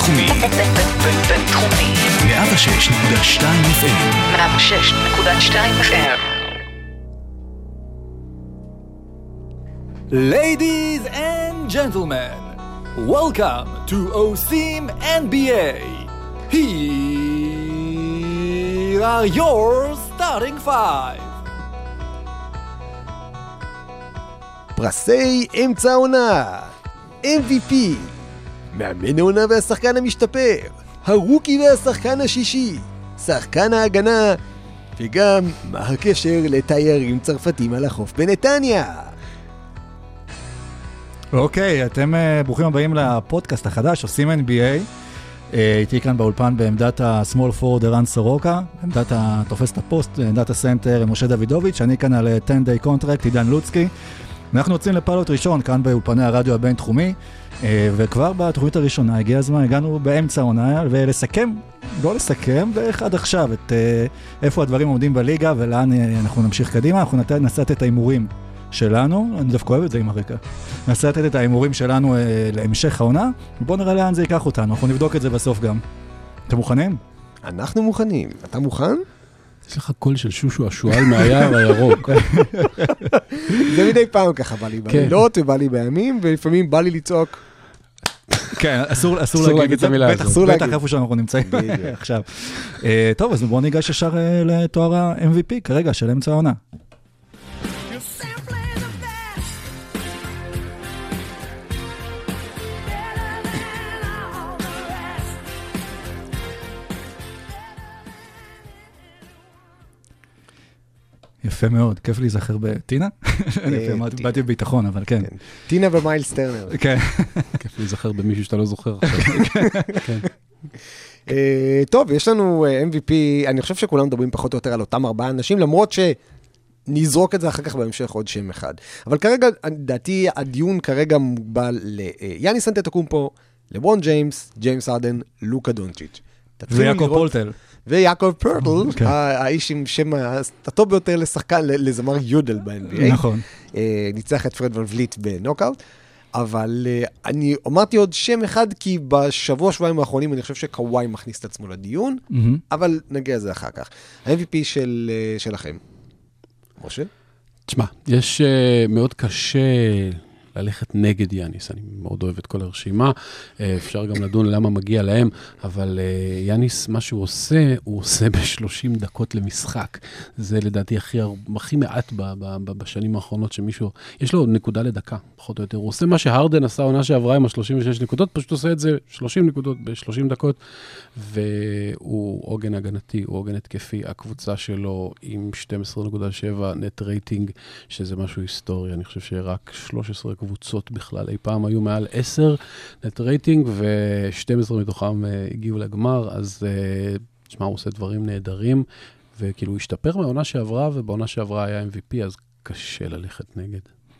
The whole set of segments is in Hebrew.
בינתחומי. בינתחומי. 106.2 FM. 106.2 FM. Ladies and gentlemen, welcome to OSIM NBA. Here are your starting five. פרסי אמצע העונה, MVP, מאמן העונה והשחקן המשתפר, הרוקי והשחקן השישי, שחקן ההגנה, וגם מה הקשר לתיירים צרפתים על החוף בנתניה. אוקיי, אתם ברוכים הבאים לפודקאסט החדש, עושים NBA. איתי כאן באולפן בעמדת ה-small forward ערן סורוקה, בעמדת התופס את הפוסט, עמדת הסנטר משה דוידוביץ', אני כאן על 10-day contract, עידן לוצקי. אנחנו יוצאים לפילוט ראשון כאן באולפני הרדיו הבינתחומי, וכבר בתוכנית הראשונה הגיע הזמן, הגענו באמצע העונה, ולסכם, לא לסכם, ואיך עד עכשיו, את איפה הדברים עומדים בליגה, ולאן אנחנו נמשיך קדימה. אנחנו נעשה את ההימורים שלנו, אני דווקא אוהב את זה עם הרקע, נעשה את ההימורים שלנו להמשך העונה, ובואו נראה לאן זה ייקח אותנו, אנחנו נבדוק את זה בסוף גם. אתם מוכנים? אנחנו מוכנים. אתה מוכן? יש לך קול של שושו השואל מהיער הירוק. זה מדי פעם ככה בא לי בלילות ובא לי בימים, ולפעמים בא לי לצעוק. כן, אסור להגיד את זה, בטח איפה שאנחנו נמצאים עכשיו. טוב, אז בואו ניגש ישר לתואר ה-MVP כרגע של אמצע העונה. יפה מאוד, כיף להיזכר בטינה. באתי בביטחון, אבל כן. טינה ומיילס טרנר. כן. כיף להיזכר במישהו שאתה לא זוכר. טוב, יש לנו MVP, אני חושב שכולם מדברים פחות או יותר על אותם 4 אנשים, למרות שנזרוק את זה אחר כך בהמשך עוד שם אחד. אבל כרגע, דעתי, הדיון כרגע מוגבל ליאניס אנטטוקומפו, לברון ג'יימס, ג'יימס הרדן, לוקה דונצ'יץ'. ויעקב פולטל. ויעקב פרטל, האיש עם שם הטוב ביותר לשחקן, לזמר יודל ב-NBA. נכון. ניצח את פרד ון וליט בנוקאוט. אבל אני אמרתי עוד שם אחד, כי בשבוע-שבועיים האחרונים אני חושב שקוואי מכניס את עצמו לדיון, אבל נגיע לזה אחר כך. ה-MVP שלכם. משה? תשמע, יש מאוד קשה ללכת נגד יאניס, אני מאוד אוהב את כל הרשימה, אפשר גם לדון למה מגיע להם, אבל יאניס, מה שהוא עושה ב-30 דקות למשחק. זה לדעתי הכי מעט בשנים האחרונות שמישהו, יש לו נקודה לדקה, פחות או יותר. הוא עושה מה שהרדן עשה עונה שעברה עם ה-36 נקודות, פשוט עושה את זה 30 נקודות ב-30 דקות, והוא עוגן הגנתי, הוא עוגן התקפי, הקבוצה שלו עם 12.7 נט רייטינג, שזה משהו היסטורי, אני חושב שרק 13 קבוצות בכלל, אי פעם היו מעל 10 נט רייטינג, ו12 מתוכם הגיעו לגמר, אז תשמע, הוא עושה דברים נהדרים, וכאילו הוא השתפר מהעונה שעברה, ובעונה שעברה היה MVP, אז קשה ללכת נגד.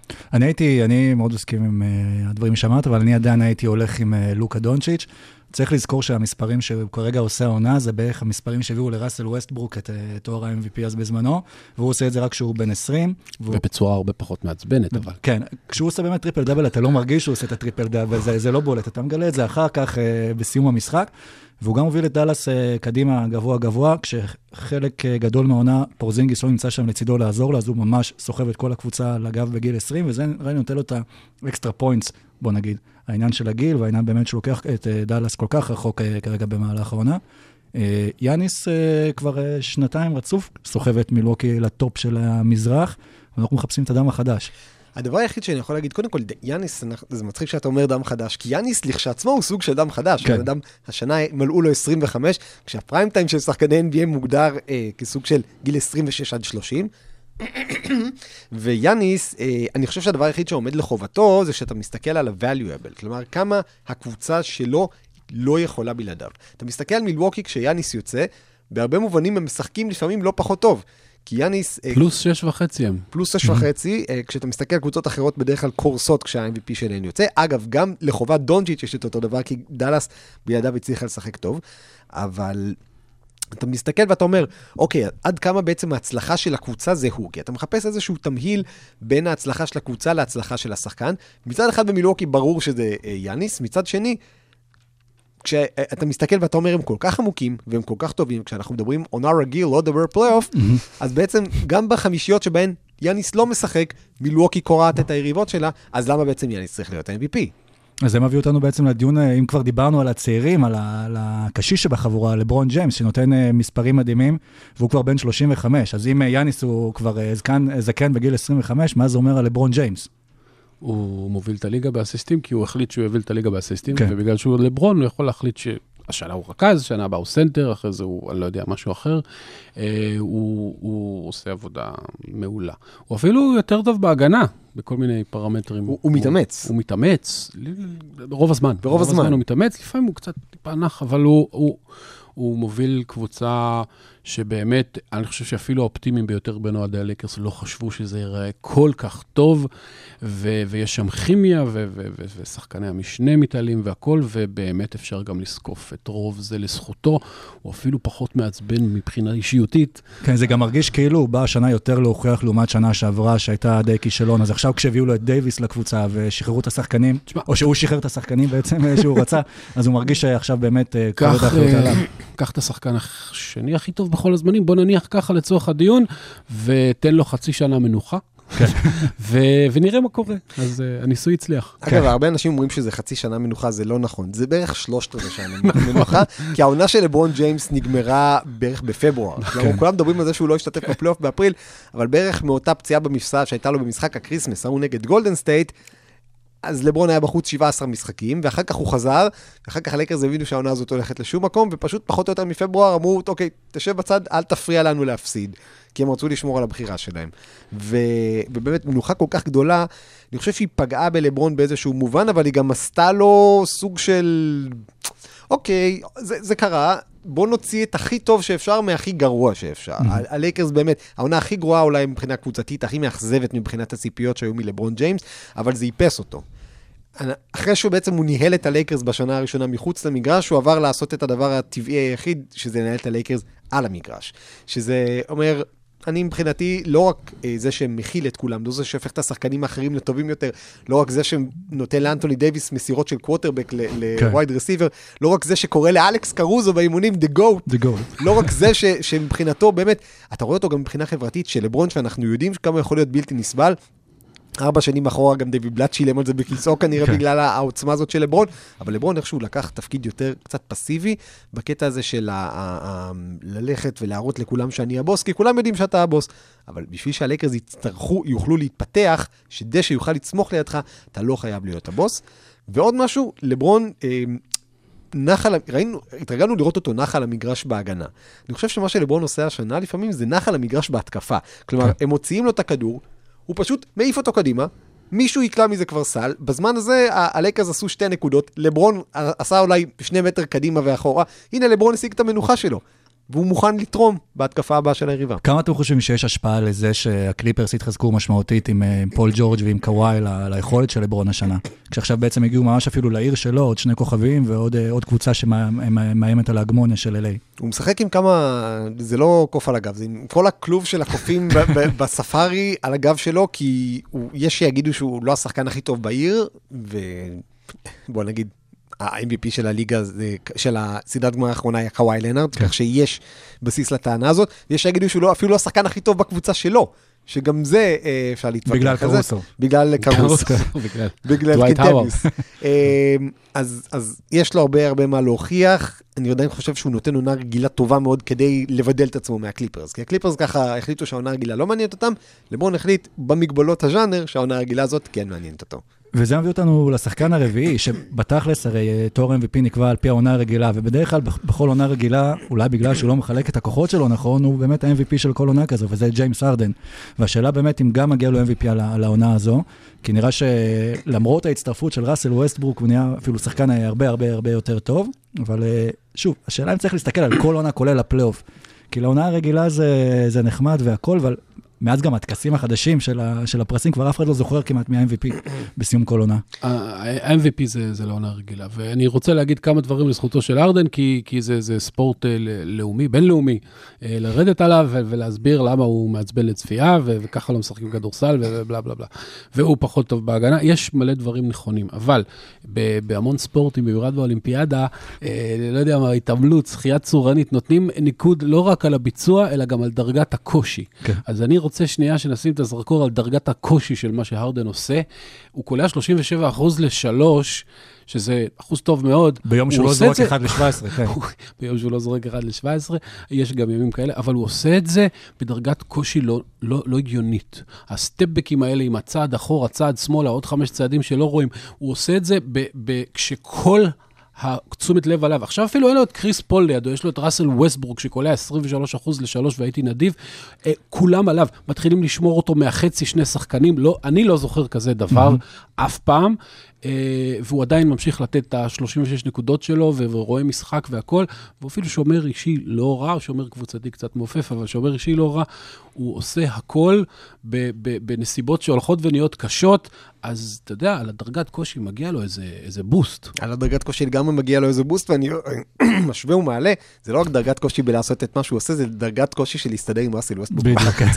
אני מאוד מסכים עם הדברים שאמרת, אבל אני עדיין הייתי הולך עם לוקה דונצ'יץ'. צריך לזכור שהמספרים שכרגע עושה העונה, זה בערך המספרים שהביאו לראסל ווסטברוק את תואר ה-MVP אז בזמנו, והוא עושה את זה רק כשהוא בן 20. ובצורה הרבה פחות מעצבנת, אבל. כן, כשהוא עושה באמת טריפל דאבל, אתה לא מרגיש שהוא עושה את הטריפל דאבל, זה לא בולט, אתה מגלה את זה אחר כך בסיום המשחק, והוא גם הוביל את דלס קדימה גבוה, כשחלק גדול מהעונה, פורזינגיס לא נמצא שם לצידו לעזור לה, אז הוא ממש סוחב את כל הקבוצה לגב בגיל 20, וזה ראינו נותן לו את האקסטרה פוינטס, בוא נגיד. העניין של הגיל, והעניין באמת שהוא לוקח את דלס כל כך רחוק כרגע במהלך העונה. יאניס כבר שנתיים רצוף, סוחב את מילווקי לטופ של המזרח, ואנחנו מחפשים את הדם החדש. הדבר היחיד שאני יכול להגיד, קודם כל, יאניס, זה מצחיק שאתה אומר דם חדש, כי יאניס לכשעצמו הוא סוג של דם חדש. כן. אדם, השנה מלאו לו 25, כשהפריים טיים של שחקני NBA מוגדר כסוג של גיל 26 עד 30, ויאניס, אני חושב שהדבר היחיד שעומד לחובתו, זה שאתה מסתכל על ה-valuable, כלומר, כמה הקבוצה שלו לא יכולה בלעדיו. אתה מסתכל על מילווקי כשיאניס יוצא, בהרבה מובנים הם משחקים לפעמים לא פחות טוב, כי יאניס... פלוס 6.5 הם. פלוס 6.5, כשאתה מסתכל על קבוצות אחרות בדרך כלל קורסות כשה-MVP שלהן יוצא. אגב, גם לחובת דונצ'יץ' יש את אותו דבר, כי דלס בידיו הצליחה לשחק טוב, אבל אתה מסתכל ואתה אומר, אוקיי, עד כמה בעצם ההצלחה של הקבוצה זה הוא, כי אתה מחפש איזשהו תמהיל בין ההצלחה של הקבוצה להצלחה של השחקן. מצד אחד במילווקי ברור שזה יאניס, מצד שני, כשאתה מסתכל ואתה אומר, הם כל כך עמוקים, והם כל כך טובים, כשאנחנו מדברים עונה רגיל, לא דבר פלייאוף, אז בעצם גם בחמישיות שבהן יאניס לא משחק, מילווקי קורעת את היריבות שלה, אז למה בעצם יאניס צריך להיות MVP? אז זה מביא אותנו בעצם לדיון, אם כבר דיברנו על הצעירים, על הקשיש שבחבורה, לברון ג'יימס, שנותן מספרים מדהימים, והוא כבר בן 35, אז אם יאניס הוא כבר זקן בגיל 25, מה זה אומר על לברון ג'יימס? הוא מוביל את הליגה באסיסטים, כי הוא החליט שהוא יוביל את הליגה באסיסטים, ובגלל שהוא לברון, הוא יכול להחליט שהשנה הוא רכז, שנה הבאה הוא סנטר, אחרי זה הוא, אני לא יודע, משהו אחר. הוא עושה עבודה מעולה. הוא אפילו יותר טוב בהגנה, בכל מיני פרמטרים. הוא מתאמץ. הוא מתאמץ, רוב הזמן. ברוב הזמן הוא מתאמץ, לפעמים הוא קצת טיפה נח, אבל הוא מוביל קבוצה שבאמת, אני חושב שאפילו האופטימיים ביותר בין אוהדי הלייקרס לא חשבו שזה ייראה כל כך טוב, ויש שם כימיה, ושחקני המשנה מתעלים והכל, ובאמת אפשר גם לסקוף את רוב זה לזכותו, הוא אפילו פחות מעצבן מבחינה אישיותית. כן, זה גם מרגיש כאילו הוא בא השנה יותר להוכיח לעומת שנה שעברה, שהייתה די כישלון, אז עכשיו כשהביאו לו את דייביס לקבוצה, ושחררו את השחקנים, או שהוא שחרר את השחקנים בעצם שהוא רצה, אז הוא מרגיש שעכשיו באמת כבוד האחריות עליו. קח את השחקן השני הכי טוב בכל הזמנים, בוא נניח ככה לצורך הדיון, ותן לו חצי שנה מנוחה, ונראה מה קורה. אז הניסוי הצליח. אגב, הרבה אנשים אומרים שזה חצי שנה מנוחה, זה לא נכון. זה בערך 3 שנה מנוחה, כי העונה של לברון ג'יימס נגמרה בערך בפברואר. כולם מדברים על זה שהוא לא השתתף בפלייאוף באפריל, אבל בערך מאותה פציעה במפסד שהייתה לו במשחק הקריסמס, ההוא נגד גולדן סטייט, אז לברון היה בחוץ 17 משחקים, ואחר כך הוא חזר, ואחר כך הלייקרס הבינו שהעונה הזאת הולכת לשום מקום, ופשוט פחות או יותר מפברואר אמרו, אוקיי, תשב בצד, אל תפריע לנו להפסיד, כי הם רצו לשמור על הבחירה שלהם. ובאמת, מנוחה כל כך גדולה, אני חושב שהיא פגעה בלברון באיזשהו מובן, אבל היא גם עשתה לו סוג של, אוקיי, זה קרה, בוא נוציא את הכי טוב שאפשר מהכי גרוע שאפשר. הלייקרס באמת, העונה הכי גרועה אולי מבחינה קבוצתית, הכי מאכזבת מבחינת הציפיות שהיו מלברון ג'יימס, אבל זה ייפס אותו. אחרי שהוא בעצם הוא ניהל את הלייקרס בשנה הראשונה מחוץ למגרש, הוא עבר לעשות את הדבר הטבעי היחיד, שזה לנהל את הלייקרס על המגרש. שזה אומר, אני מבחינתי לא רק זה שמכיל את כולם, לא זה שהופך את השחקנים האחרים לטובים יותר, לא רק זה שנותן לאנטוני דייביס מסירות של קווטרבק לווייד רסיבר, לא רק זה שקורא לאלכס קרוזו באימונים, The Goat. לא רק זה שמבחינתו באמת, אתה רואה אותו גם מבחינה חברתית של לברון, שאנחנו יודעים כמה יכול להיות בלתי נסבל, 4 שנים אחורה גם דייוויד בלאט שילם על זה בכיסאו כנראה בגלל העוצמה הזאת של לברון, אבל לברון איכשהו לקח תפקיד יותר קצת פסיבי, בקטע הזה של ללכת ולהראות לכולם שאני הבוס, כי כולם יודעים שאתה הבוס, אבל בשביל שהלייקרס יוכלו להתפתח, שדשא יוכל לצמוח לידך, אתה לא חייב להיות הבוס. ועוד משהו, לברון התרגלנו לראות אותו נח על המגרש בהגנה. אני חושב שמה שלברון עושה השנה לפעמים זה נח על המגרש בהתקפה. כלומר, הם מוציאים לו את הכדור, הוא פשוט מעיף אותו קדימה, מישהו יקלע מזה כבר סל, בזמן הזה הלייקרס עשו 2 נקודות, לברון עשה אולי 2 מטר קדימה ואחורה, הנה לברון השיג את המנוחה שלו, והוא מוכן לתרום בהתקפה הבאה של היריבה. כמה אתם חושבים שיש השפעה לזה שהקליפרס התחזקו משמעותית עם פול ג'ורג' ועם קוואי ליכולת של לברון השנה? כשעכשיו בעצם הגיעו ממש אפילו לעיר שלו, עוד 2 כוכבים ועוד קבוצה שמאיימת על ההגמוניה של LA. הוא משחק עם כמה, זה לא קוף על הגב, זה עם כל הכלוב של הקופים בספארי על הגב שלו, כי יש שיגידו שהוא לא השחקן הכי טוב בעיר, ובוא נגיד, ה-MVP של הליגה, של הסדרת גמר האחרונה היה קוואי לנארד, כך שיש בסיס לטענה הזאת, ויש שיגידו שהוא אפילו לא השחקן הכי טוב בקבוצה שלו, שגם זה אפשר להתווכח. בגלל קרוסו. בגלל קרוסו. בגלל קיטניס. אז יש לו הרבה מה להוכיח, אני עדיין חושב שהוא נותן עונה רגילה טובה מאוד כדי לבדל את עצמו מהקליפרס, כי הקליפרס ככה החליטו שהעונה רגילה לא מעניינת אותם, לברון החליט במגבלות הז'אנר שהעונה הרגילה הזאת כן מעניינת אותו. וזה מביא אותנו לשחקן הרביעי, שבתכלס הרי תואר MVP נקבע על פי העונה הרגילה, ובדרך כלל בכל עונה רגילה, אולי בגלל שהוא לא מחלק את הכוחות שלו, נכון, הוא באמת ה-MVP של כל עונה כזו, וזה ג'יימס הרדן. והשאלה באמת אם גם מגיע לו MVP על העונה הזו, כי נראה שלמרות ההצטרפות של ראסל ווסטברוק, הוא נהיה אפילו שחקן הרבה יותר טוב, אבל שוב, השאלה אם צריך להסתכל על כל עונה כולל הפלייאוף, כי לעונה הרגילה זה נחמד והכל, אבל מאז גם הטקסים החדשים של הפרסים, כבר אף אחד לא זוכר כמעט מ-MVP בסיום כל עונה. ה-MVP זה לא עונה רגילה, ואני רוצה להגיד כמה דברים לזכותו של ארדן, כי זה ספורט לאומי, בינלאומי, לרדת עליו ולהסביר למה הוא מעצבן לצפייה, וככה לא משחקים כדורסל ובלה בלה בלה. והוא פחות טוב בהגנה. יש מלא דברים נכונים, אבל בהמון ספורטים, במיוחד באולימפיאדה, לא יודע מה, התעמלות, שחייה צורנית, נותנים ניקוד לא רק על הביצוע, אלא גם על דרגת הקושי. אז אני רוצה שנייה שנשים את הזרקור על דרגת הקושי של מה שהרדן עושה. הוא קולע 37% ל-3, שזה אחוז טוב מאוד. ביום שהוא לא זורק 1 ל-17, כן. ביום שהוא לא זורק 1 ל-17, יש גם ימים כאלה, אבל הוא עושה את זה בדרגת קושי לא הגיונית. הסטפבקים האלה עם הצעד אחורה, הצעד שמאלה, עוד 5 צעדים שלא רואים, הוא עושה את זה כשכל תשומת לב עליו. עכשיו אפילו אין לו את קריס פול לידו, יש לו את ראסל ווסטברוק שקולע 23% ל-3 והייתי נדיב, כולם עליו, מתחילים לשמור אותו מהחצי 2 שחקנים, אני לא זוכר כזה דבר אף פעם, והוא עדיין ממשיך לתת את ה-36 נקודות שלו, ורואה משחק והכל, והוא אפילו שומר אישי לא רע, שומר קבוצתי קצת מופף, אבל שומר אישי לא רע, הוא עושה הכל בנסיבות שהולכות ונהיות קשות, אז אתה יודע, על הדרגת קושי מגיע לו איזה בוסט. על הדרגת קושי גם מגיע לו איזה בוסט, ואני משווה ומעלה, זה לא רק דרגת קושי בלעשות את מה שהוא עושה, זה דרגת קושי של להסתדר עם ראסל ווסטברוק.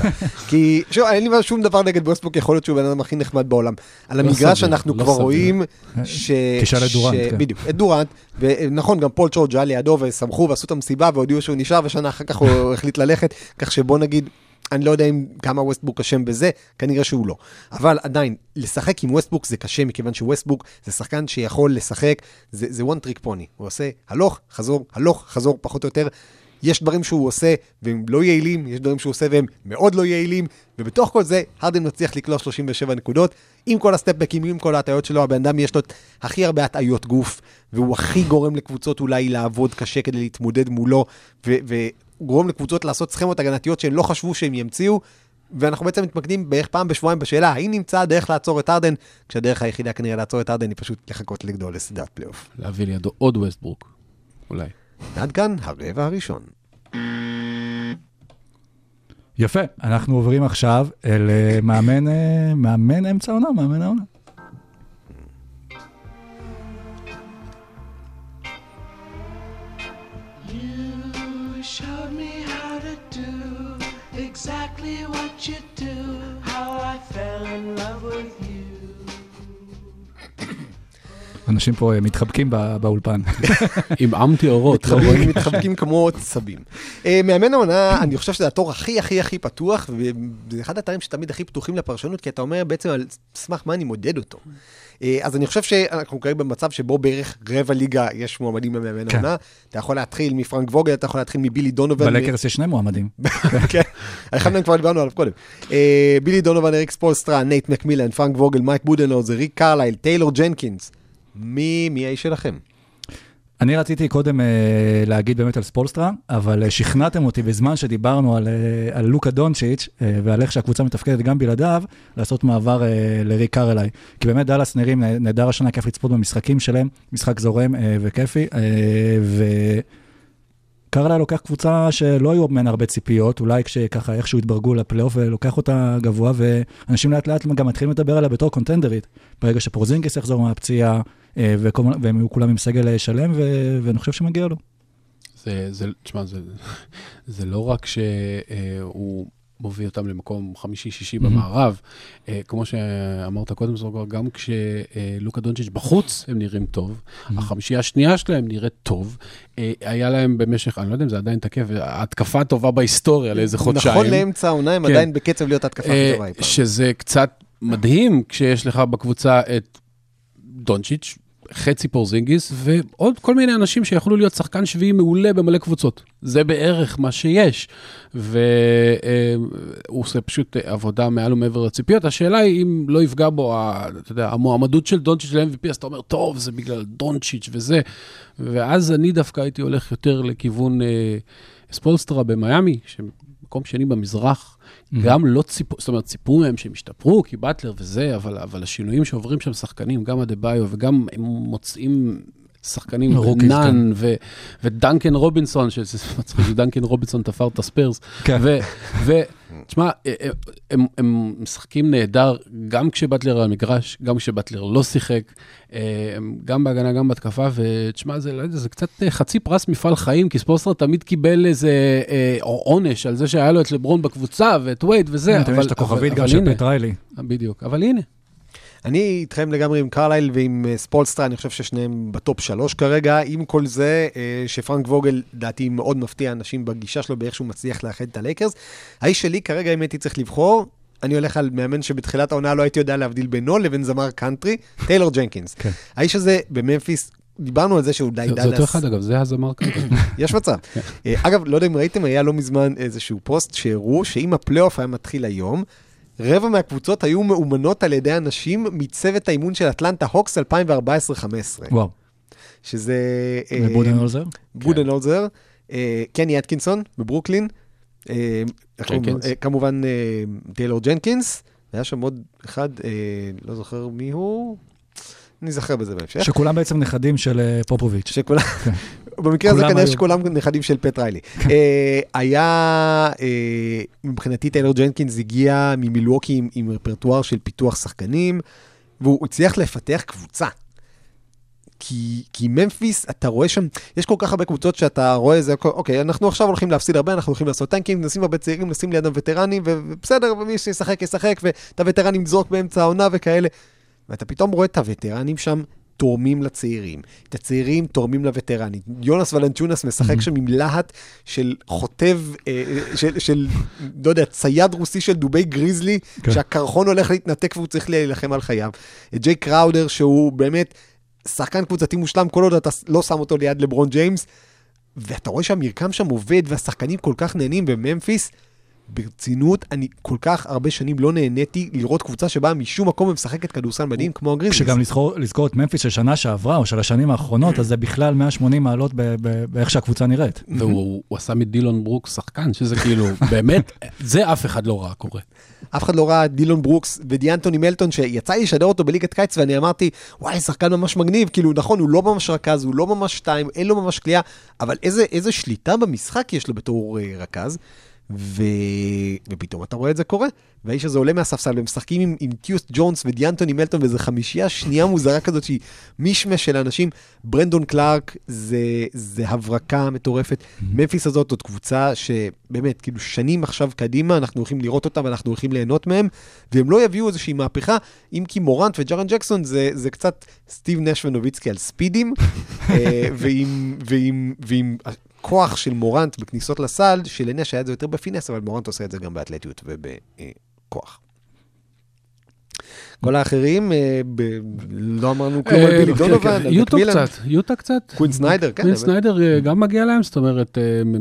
כי אין לי שום דבר נגד ווסטברוק, יכול להיות שהוא בן אדם הכי נחמד בעולם. על המגרש אנחנו כבר רואים תשאל את דורנט. בדיוק, את דורנט, ונכון, גם פול ג'ורג' היה לידו, ושמחו ועשו את המסיבה, והודיעו שהוא נשאר, ושנה אחר כך הוא החליט ללכת, כך שבוא נגיד, אני לא יודע כמה ווסטברוק אשם בזה, כנראה שהוא לא. אבל עדיין, לשחק עם ווסטברוק זה קשה, מכיוון שווסטברוק זה שחקן שיכול לשחק, זה one trick pony. הוא עושה הלוך, חזור, פחות או יותר. יש דברים שהוא עושה והם לא יעילים, יש דברים שהוא עושה והם מאוד לא יעילים, ובתוך כל זה, הרדן מצליח לקלוע 37 נקודות, עם כל הסטפבקים, עם כל ההטעיות שלו, הבן אדם יש לו הכי הרבה הטעיות גוף, והוא הכי גורם לקבוצות אולי לעבוד קשה כדי להתמודד מולו, גורם לקבוצות לעשות סכמות הגנתיות שהם לא חשבו שהם ימציאו, ואנחנו בעצם מתמקדים בערך פעם בשבועיים בשאלה, האם נמצא הדרך לעצור את ארדן, כשהדרך היחידה כנראה לעצור את ארדן היא פשוט לחכות לגדול לסדרת פלייאוף. להביא לידו עוד ווסטברוק, אולי. עד כאן הרבע הראשון. יפה, אנחנו עוברים עכשיו אל מאמן אמצע עונה, מאמן העונה. Exactly what you do, how I fell in love with you. אנשים פה מתחבקים באולפן. עם עמתי אורות. מתחבקים כמו צבים. מאמן העונה, אני חושב שזה התור הכי פתוח, וזה אחד התארים שתמיד הכי פתוחים לפרשנות, כי אתה אומר בעצם על סמך מה אני מודד אותו. אז אני חושב שאנחנו כרגע במצב שבו בערך רבע ליגה יש מועמדים למאמן העונה. אתה יכול להתחיל מפרנק ווגל, אתה יכול להתחיל מבילי דונובן. בלקרס יש 2 מועמדים. כן, אחד מהם כבר דיברנו עליו קודם. בילי דונובן, אריק ספולסטרה, נייט מקמילן, פרנק ווגל, מייק בודנהאוזר, ריק קרלייל, טיילור ג'נקינס. מי האיש שלכם? אני רציתי קודם להגיד באמת על ספולסטרה, אבל שכנעתם אותי בזמן שדיברנו על לוקה דונצ'יץ' ועל איך שהקבוצה מתפקדת גם בלעדיו, לעשות מעבר לריק קרלייל. כי באמת דאלאס נראים נהדר השנה, כיף לצפות במשחקים שלהם, משחק זורם וכיפי, קרלייל לוקח קבוצה שלא היו מן הרבה ציפיות, אולי כשככה איכשהו התברגו לפלייאוף ולוקח אותה גבוה, ואנשים לאט לאט גם מתחילים לדבר עליה בתור קונטנדרית, ברגע שפורזינגיס יחזור מהפציעה, והם היו כולם עם סגל שלם, ואני חושב שמגיע לו. תשמע, זה לא רק שהוא מוביל אותם למקום 5-6 במערב, כמו שאמרת קודם, גם כשלוקה דונצ'יץ' בחוץ הם נראים טוב, החמישייה השנייה שלהם נראית טוב, היה להם במשך, אני לא יודע אם זה עדיין תקף, התקפה טובה בהיסטוריה לאיזה חודשיים. נכון לאמצע העונה, הם עדיין בקצב להיות התקפה טובה. שזה קצת מדהים כשיש לך בקבוצה את דונצ'יץ', חצי פורזינגיס, ועוד כל מיני אנשים שיכולו להיות שחקן שביעי מעולה במלא קבוצות. זה בערך מה שיש, והוא עושה פשוט עבודה מעל ומעבר לציפיות. השאלה היא אם לא יפגע בו, אתה יודע, המועמדות של דונצ'יץ' ל-MVP, אז אתה אומר, טוב, זה בגלל דונצ'יץ' וזה, ואז אני דווקא הייתי הולך יותר לכיוון ספולסטרה במיימי, שמקום שני במזרח, גם לא ציפו, זאת אומרת, ציפו מהם שהם השתפרו, כי באטלר וזה, אבל השינויים שעוברים שם שחקנים, גם אדבאיו, וגם הם מוצאים שחקנים, רוקיז, נאן ודנקן רובינסון, שמצחיק, דנקן רובינסון תפר את הספיירס, תשמע, הם משחקים נהדר, גם כשבטלר על המגרש, גם כשבטלר לא שיחק, גם בהגנה, גם בהתקפה, ותשמע, זה קצת חצי פרס מפעל חיים, כי ספולסטרה תמיד קיבל איזה עונש על זה שהיה לו את לברון בקבוצה, ואת וייד וזה. יש את הכוכבית גם של פטריילי. בדיוק, אבל הנה. אני איתכם לגמרי עם קרלייל ועם ספולסטרה, אני חושב ששניהם בטופ 3 כרגע, עם כל זה שפרנק ווגל, דעתי מאוד מפתיע אנשים בגישה שלו, באיך שהוא מצליח לאחד את הלייקרס. האיש שלי כרגע, אם הייתי צריך לבחור, אני הולך על מאמן שבתחילת העונה לא הייתי יודע להבדיל בינו לבין זמר קאנטרי, טיילור ג'נקינס. האיש הזה בממפיס, דיברנו על זה שהוא די דלס. זה אותו אחד, אגב, זה הזמר קאנטרי. יש מצב. אגב, לא יודע אם ראיתם, היה לא מזמן איזשהו פוסט שהראו שאם הפלייאוף היה מתחיל היום, רבע מהקבוצות היו מאומנות על ידי אנשים מצוות האימון של אטלנטה הוקס 2014-15. וואו. שזה... בודנהולזר? בודנהולזר, קני אטקינסון בברוקלין, כמובן טיילור ג'נקינס, היה שם עוד אחד, לא זוכר מי הוא, אני זוכר בזה בהמשך. שכולם בעצם נכדים של פופוביץ'. שכולם... במקרה הזה כנראה שכולם נכדים של פטריילי. היה, מבחינתי טיילור ג'נקינס הגיע ממילווקי עם רפרטואר של פיתוח שחקנים, והוא הצליח לפתח קבוצה. כי ממפיס, אתה רואה שם, יש כל כך הרבה קבוצות שאתה רואה זה, אוקיי, אנחנו עכשיו הולכים להפסיד הרבה, אנחנו הולכים לעשות טנקים, נשים הרבה צעירים, נשים לידם וטרנים, ובסדר, ומי שישחק, ישחק, ואת הווטרנים זרוק באמצע העונה וכאלה. ואתה פתאום רואה את הווטרנים שם, תורמים לצעירים. את הצעירים תורמים לווטרנים. יונס ולנצ'ונס משחק שם עם להט של חוטב, של, לא יודע, צייד רוסי של דובי גריזלי, שהקרחון הולך להתנתק והוא צריך להילחם על חייו. את ג'יי קראודר, שהוא באמת שחקן קבוצתי מושלם, כל עוד אתה לא שם אותו ליד לברון ג'יימס, ואתה רואה שהמרקם שם עובד, והשחקנים כל כך נהנים בממפיס, ברצינות, אני כל כך הרבה שנים לא נהניתי לראות קבוצה שבאה משום מקום ומשחקת כדורסל מדהים כמו הגריזליז. כשגם לזכור את ממפיס של שנה שעברה, או של השנים האחרונות, אז זה בכלל 180 מעלות באיך שהקבוצה נראית. והוא עשה מדילון ברוקס שחקן, שזה כאילו, באמת, זה אף אחד לא ראה קורה. אף אחד לא ראה דילון ברוקס ודיאנטוני מלטון, שיצא לי לשדר אותו בליגת קיץ, ואני אמרתי, וואי, שחקן ממש מגניב, כאילו, נכון, הוא לא ממש רכז, הוא לא ממש שתיים, אין לו ממש קליעה, אבל איזה שליטה במשחק יש לו בתור רכז, ופתאום אתה רואה את זה קורה, והאיש הזה עולה מהספסל, והם משחקים עם טיוס ג'ונס ודיאנטוני מלטון, וזה חמישייה שנייה מוזרה כזאת, שהיא מישמש של אנשים. ברנדון קלארק זה הברקה מטורפת. ממפיס הזאת זאת קבוצה שבאמת, כאילו שנים עכשיו קדימה, אנחנו הולכים לראות אותם, ואנחנו הולכים ליהנות מהם, והם לא יביאו איזושהי מהפכה, אם כי מורנט וג'רן ג'קסון זה קצת סטיב נש ונוביצקי על ספידים, ועם כוח של מורנט בכניסות לסל, שלנש היה את זה יותר בפינס, אבל מורנט עושה את זה גם באתלטיות ובכוח. כל האחרים, לא אמרנו כלום על בילי דונובן, יוטה קצת. קווין סניידר, כן. קווין סניידר גם מגיע להם, זאת אומרת,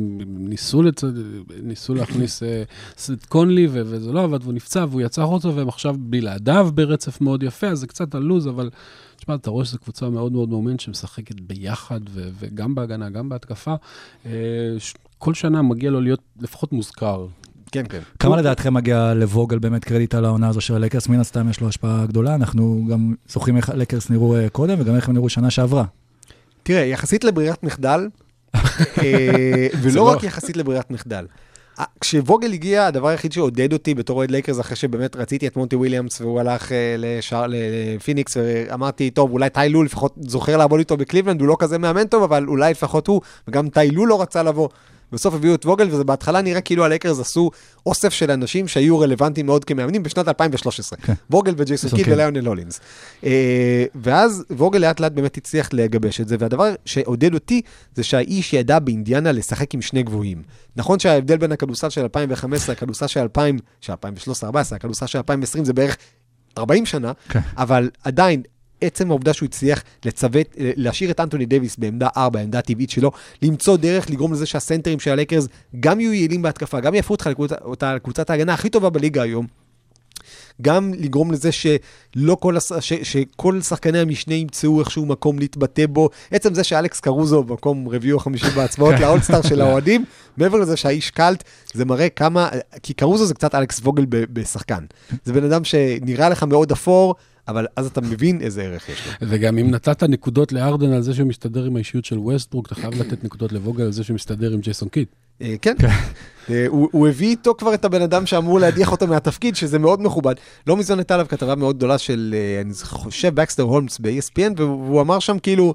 ניסו להכניס את קונלי, וזה לא עבד, והוא נפצע, והוא יצא אותו, והם עכשיו בלעדיו ברצף מאוד יפה, אז זה קצת הלוז, אבל תשמע, אתה רואה שזו קבוצה מאוד מאוד מאומנת, שמשחקת ביחד, וגם בהגנה, גם בהתקפה. כל שנה מגיע לו להיות לפחות מוזכר. כן, כן. כמה לדעתכם מגיע לווגל באמת קרדיט על העונה הזו של הלקרס? מן הסתם יש לו השפעה גדולה, אנחנו גם זוכרים איך הלקרס נראו קודם, וגם איך הם נראו שנה שעברה. תראה, יחסית לברירת מחדל, ולא רק יחסית לברירת מחדל. כשווגל הגיע, הדבר היחיד שעודד אותי בתור אוהד לייקרס, אחרי שבאמת רציתי את מונטי וויליאמס, והוא הלך לפיניקס, ואמרתי, טוב, אולי טי לו לפחות זוכר לעבוד איתו בקליבלנד, הוא לא כזה מאמן טוב, אבל אולי לפחות הוא, וגם טי לו לא רצה לבוא. בסוף הביאו את ווגל, וזה בהתחלה נראה כאילו הלייקרס עשו אוסף של אנשים שהיו רלוונטיים מאוד כמאמנים בשנת 2013. ווגל וג'ייסון קיד וליונל הולינס. ואז ווגל לאט לאט באמת הצליח לגבש את זה, והדבר שעודד אותי זה שהאיש ידע באינדיאנה לשחק עם שני גבוהים. נכון שההבדל בין הכדורסל של 2015, הכדורסל של 2013-2014, הכדורסל של 2020 זה בערך 40 שנה, אבל עדיין עצם העובדה שהוא הצליח להשאיר את אנטוני דייביס בעמדה 4, העמדה הטבעית שלו, למצוא דרך לגרום לזה שהסנטרים של הלייקרס גם יהיו יעילים בהתקפה, גם יפו אותה לקבוצת ההגנה הכי טובה בליגה היום, גם לגרום לזה שכל שחקני המשנה ימצאו איכשהו מקום להתבטא בו, עצם זה שאלכס קרוזו במקום רביעי או חמישי בהצבעות לאולסטאר של האוהדים, מעבר לזה שהאיש קלט, זה מראה כמה, כי קרוזו זה קצת אלכס ווגל בשחקן, זה בן אדם שנראה לך מאוד אפור, אבל אז אתה מבין איזה ערך יש לו. וגם אם נתת נקודות לארדן על זה שהוא מסתדר עם האישיות של ווסטברוק, אתה חייב לתת נקודות לבוגל על זה שהוא מסתדר עם ג'ייסון קיד. כן, הוא הביא איתו כבר את הבן אדם שאמור להדיח אותו מהתפקיד, שזה מאוד מכובד. לא מזמן הייתה עליו כתבה מאוד גדולה של, אני חושב, בקסטר הולמס ב-ESPN, והוא אמר שם כאילו,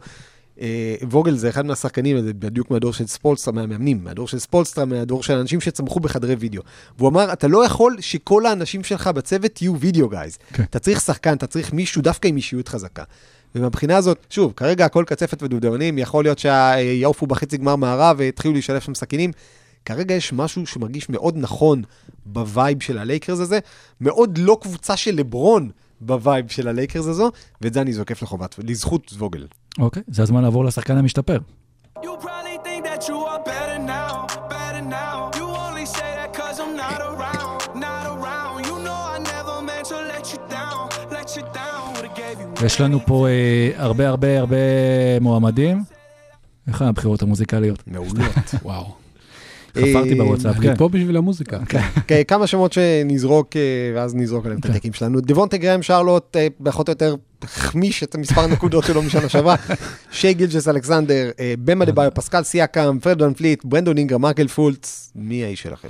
ווגל זה אחד מהשחקנים, זה בדיוק מהדור של ספולסטרה, מהמאמנים, מהדור של ספולסטרה, מהדור של אנשים שצמחו בחדרי וידאו. והוא אמר, אתה לא יכול שכל האנשים שלך בצוות יהיו וידאו גייז. אתה צריך שחקן, אתה צריך מישהו דווקא עם אישיות חזקה. ומבחינה הזאת, שוב, כרגע הכל קצפת ודובדבנים, יכול להיות שיעופו בחצי גמר מערב והתחילו להישלף שם סכינים. כרגע יש משהו שמרגיש מאוד נכון בווייב של הלייקרס הזה, מאוד לא קבוצה של לברון בווייב של הלייקרס הזו, ואת זה אני זוקף לחובת, לזכות ווגל. אוקיי, זה הזמן לעבור לשחקן המשתפר. You probably think that you are better now, better now. You only say that cause I'm not around, not around. You know I never meant to let you down, let you down. Would've gave you... יש לנו פה הרבה מועמדים. איך הבחירות המוזיקליות? מעולות. וואו. חפרתי בוואטסאפ, כן. אני פה בשביל המוזיקה. כמה שמות שנזרוק, ואז נזרוק עליהם את הטקים שלנו. דבונטה גרהם שרלוט, פחות או יותר חמיש את המספר הנקודות שלו משנה שעברה. שי גילג'ס אלכסנדר, במה דבאיו, פסקל סייקם, פרד ון פליט, ברנדון אינגרם, מרקל פולץ. מי האיש שלכם?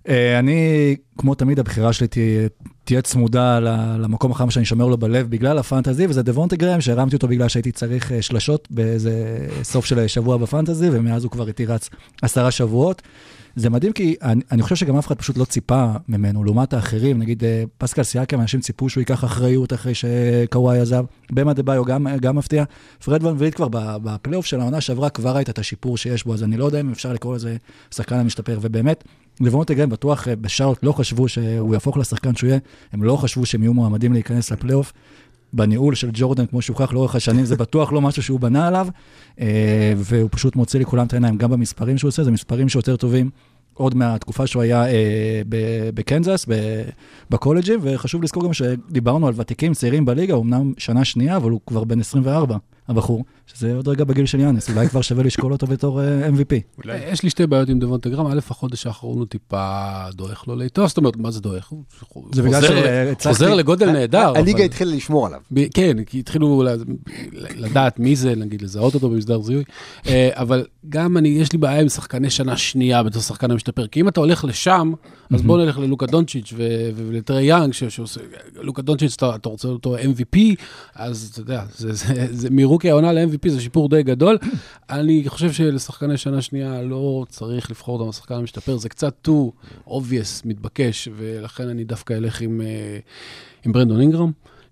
אני, כמו תמיד, הבחירה שלי תהיה צמודה למקום החם שאני שומר לו בלב בגלל הפנטזי, וזה דבונטה גרהם, שהרמתי אותו בגלל שהייתי צריך שלשות באיזה סוף של שבוע בפנטזי, ומאז הוא כבר איתי רץ 10 שבועות. זה מדהים כי אני חושב שגם אף אחד פשוט לא ציפה ממנו, לעומת האחרים, נגיד פסקל סייקם, אנשים ציפו שהוא ייקח אחריות אחרי שקוואי עזב, במה דבאיו גם מפתיע, פרד ון וליט כבר בפלייאוף של העונה שעברה כבר ראית את השיפור שיש בו, אז אני לא יודע אם אפשר לקרוא לזה שחקן המשתפר, ובאמת, דבונטה גרהם בטוח בשרלוט לא חשבו שהוא יהפוך לשחקן שהוא יהיה, הם לא חשבו שהם יהיו מועמדים להיכנס לפלייאוף, בניהול של ג'ורדן, כמו שהוכח לאורך השנים, זה בטוח לא משהו שהוא בנה עליו, והוא פשוט מוציא לי כולם את העיניים, גם במספרים שהוא עושה, זה מספרים שיותר טובים, עוד מהתקופה שהוא היה בקנזס, בקולג'ים, וחשוב לזכור גם שדיברנו על ותיקים צעירים בליגה, הוא אמנם שנה שנייה, אבל הוא כבר בן 24, הבחור, שזה עוד רגע בגיל של יאנס, אולי כבר שווה לשקול אותו בתור MVP. יש לי שתי בעיות עם דבונטה גרהם, א', החודש האחרון הוא טיפה דורך לו לאיתו, זאת אומרת, מה זה דורך? זה בגלל חוזר לגודל נהדר. הליגה התחילה לשמור עליו. כן, כי התחילו לדעת מי זה, נגיד, לזהות אותו במסדר זיהוי, אבל גם יש לי בעיה עם שחקני שנה שנייה בתור שחקן המשתפר, כי אם אתה הולך לשם, אז בוא נלך ללוקה דונצ'יץ' ולטרי יאנג, לוקה דונצ'יץ', אתה רוצה אותו MVP, אז אתה יודע, זה מרוקי העונה ל-MVP, זה שיפור די גדול. אני חושב שלשחקני שנה שנייה לא צריך לבחור אותם לשחקן המשתפר, זה קצת too obvious, מתבקש, ולכן אני דווקא אלך עם ברנדון אינגרם,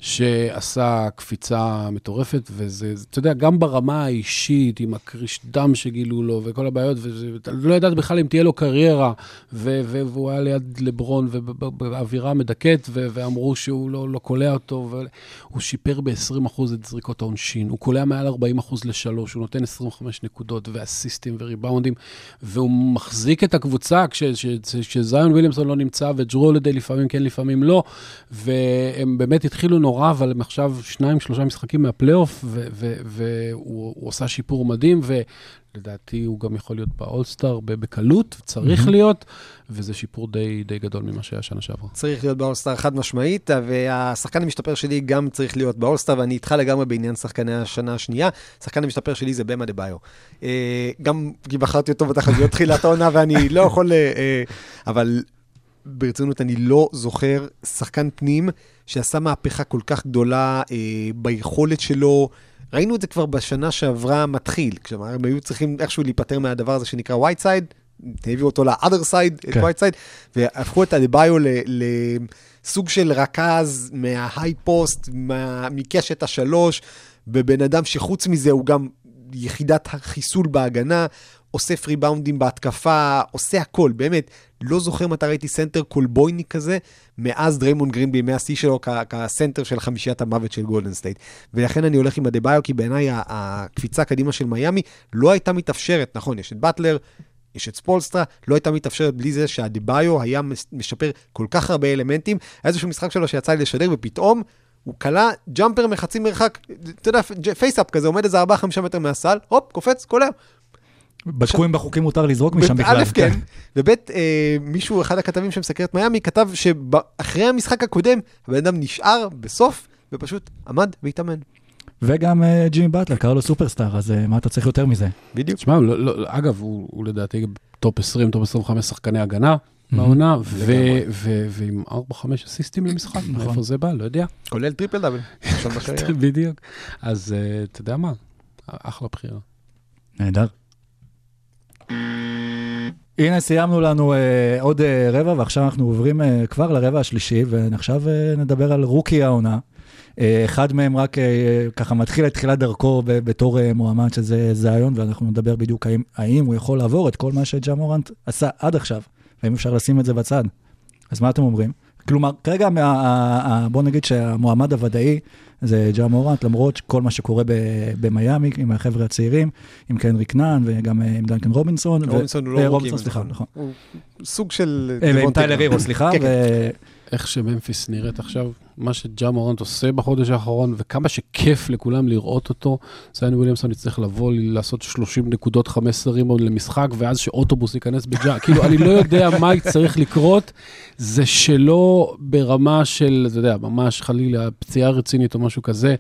שעשה קפיצה מטורפת, וזה, אתה יודע, גם ברמה האישית, עם הקריש דם שגילו לו, וכל הבעיות, ולא ידעת בכלל אם תהיה לו קריירה, והוא היה ליד לברון, ובאווירה מדכאת, ואמרו שהוא לא קולע אותו, והוא שיפר ב-20% את זריקות העונשין, הוא קולע מעל 40% ל3, הוא נותן 25 נקודות, ואסיסטים וריבאונדים, והוא מחזיק את הקבוצה, כשזיון וויליאמסון לא נמצא, וג'רו הולידיי לפעמים כן, לפעמים לא, והם באמת התחילו נורא, אבל הם עכשיו 2-3 משחקים מהפלייאוף, והוא עושה שיפור מדהים, ולדעתי הוא גם יכול להיות באולסטאר בקלות, צריך להיות, וזה שיפור די גדול ממה שהיה שנה שעברה. צריך להיות באולסטאר חד משמעית, והשחקן המשתפר שלי גם צריך להיות באולסטאר, ואני איתך לגמרי בעניין שחקני השנה השנייה. השחקן המשתפר שלי זה במה דבאיו. גם כי בחרתי אותו בתחזיות תחילת העונה, ואני לא יכול, אבל ברצינות אני לא זוכר שחקן פנים שעשה מהפכה כל כך גדולה ביכולת שלו. ראינו את זה כבר בשנה שעברה מתחיל, כשהם היו צריכים איכשהו להיפטר מהדבר הזה שנקרא white side, הביאו אותו ל-other side, את white side, והפכו את הדבאיו לסוג של רכז מההיי פוסט, מקשת השלוש, בבן אדם שחוץ מזה הוא גם יחידת החיסול בהגנה, אוסף ריבאונדים בהתקפה, עושה הכל, באמת, לא זוכר מתי ראיתי סנטר קולבויני כזה, מאז דריימונד גרין בימי השיא שלו, כסנטר של חמישיית המוות של גולדן סטייט. ולכן אני הולך עם הדבאיו, כי בעיניי הקפיצה קדימה של מיימי לא הייתה מתאפשרת, נכון, יש את באטלר, יש את ספולסטרה, לא הייתה מתאפשרת בלי זה שהדבאיו היה משפר כל כך הרבה אלמנטים. היה איזשהו משחק שלו שיצא לי לשדר, ופתאום הוא קלה ג'אמפר מחצי מרחק, אתה יודע, פייסאפ כזה, עומד איזה 4-5 מטר מהסל, הופ, קופץ, קולע. בדקו אם בחוקים מותר לזרוק משם בכלל. א' כן, וב' מישהו, אחד הכתבים שמסקר את מיימי, כתב שאחרי המשחק הקודם, הבן אדם נשאר בסוף, ופשוט עמד והתאמן. וגם ג'ימי באטלר, קרא לו סופרסטאר, אז מה אתה צריך יותר מזה? בדיוק. תשמע, אגב, הוא לדעתי טופ 20, טופ 25 שחקני הגנה בעונה, ועם 4-5 אסיסטים למשחק, מאיפה זה בא, לא יודע. כולל טריפל דאבל. בדיוק. אז אתה יודע מה? אחלה בחירה. נהדר. הנה סיימנו לנו עוד רבע, ועכשיו אנחנו עוברים כבר לרבע השלישי, ועכשיו נדבר על רוקי העונה. אחד מהם רק ככה מתחיל את תחילת דרכו בתור מועמד שזה זיון, ואנחנו נדבר בדיוק האם הוא יכול לעבור את כל מה שג'ה מורנט עשה עד עכשיו, והאם אפשר לשים את זה בצד. אז מה אתם אומרים? כלומר, כרגע בוא נגיד שהמועמד הוודאי זה ג'ה מורנט, למרות כל מה שקורה במיימי, עם החבר'ה הצעירים, עם קנריק נאן וגם עם דנקן רובינסון. רובינסון הוא לא רוקי. סליחה, נכון. הוא סוג של... ועם טיילר הירו, סליחה. איך שממפיס נראית עכשיו, מה שג'ה מורנט עושה בחודש האחרון, וכמה שכיף לכולם לראות אותו, זיון וויליאמסון יצטרך לבוא לעשות 30 נקודות 15 ריבאונד למשחק, ואז שאוטובוס ייכנס בג'ה, כאילו אני לא יודע מה צריך לקרות, זה שלא ברמה של, אתה יודע, ממש חלילה, פציעה רצינית או משהו כזה,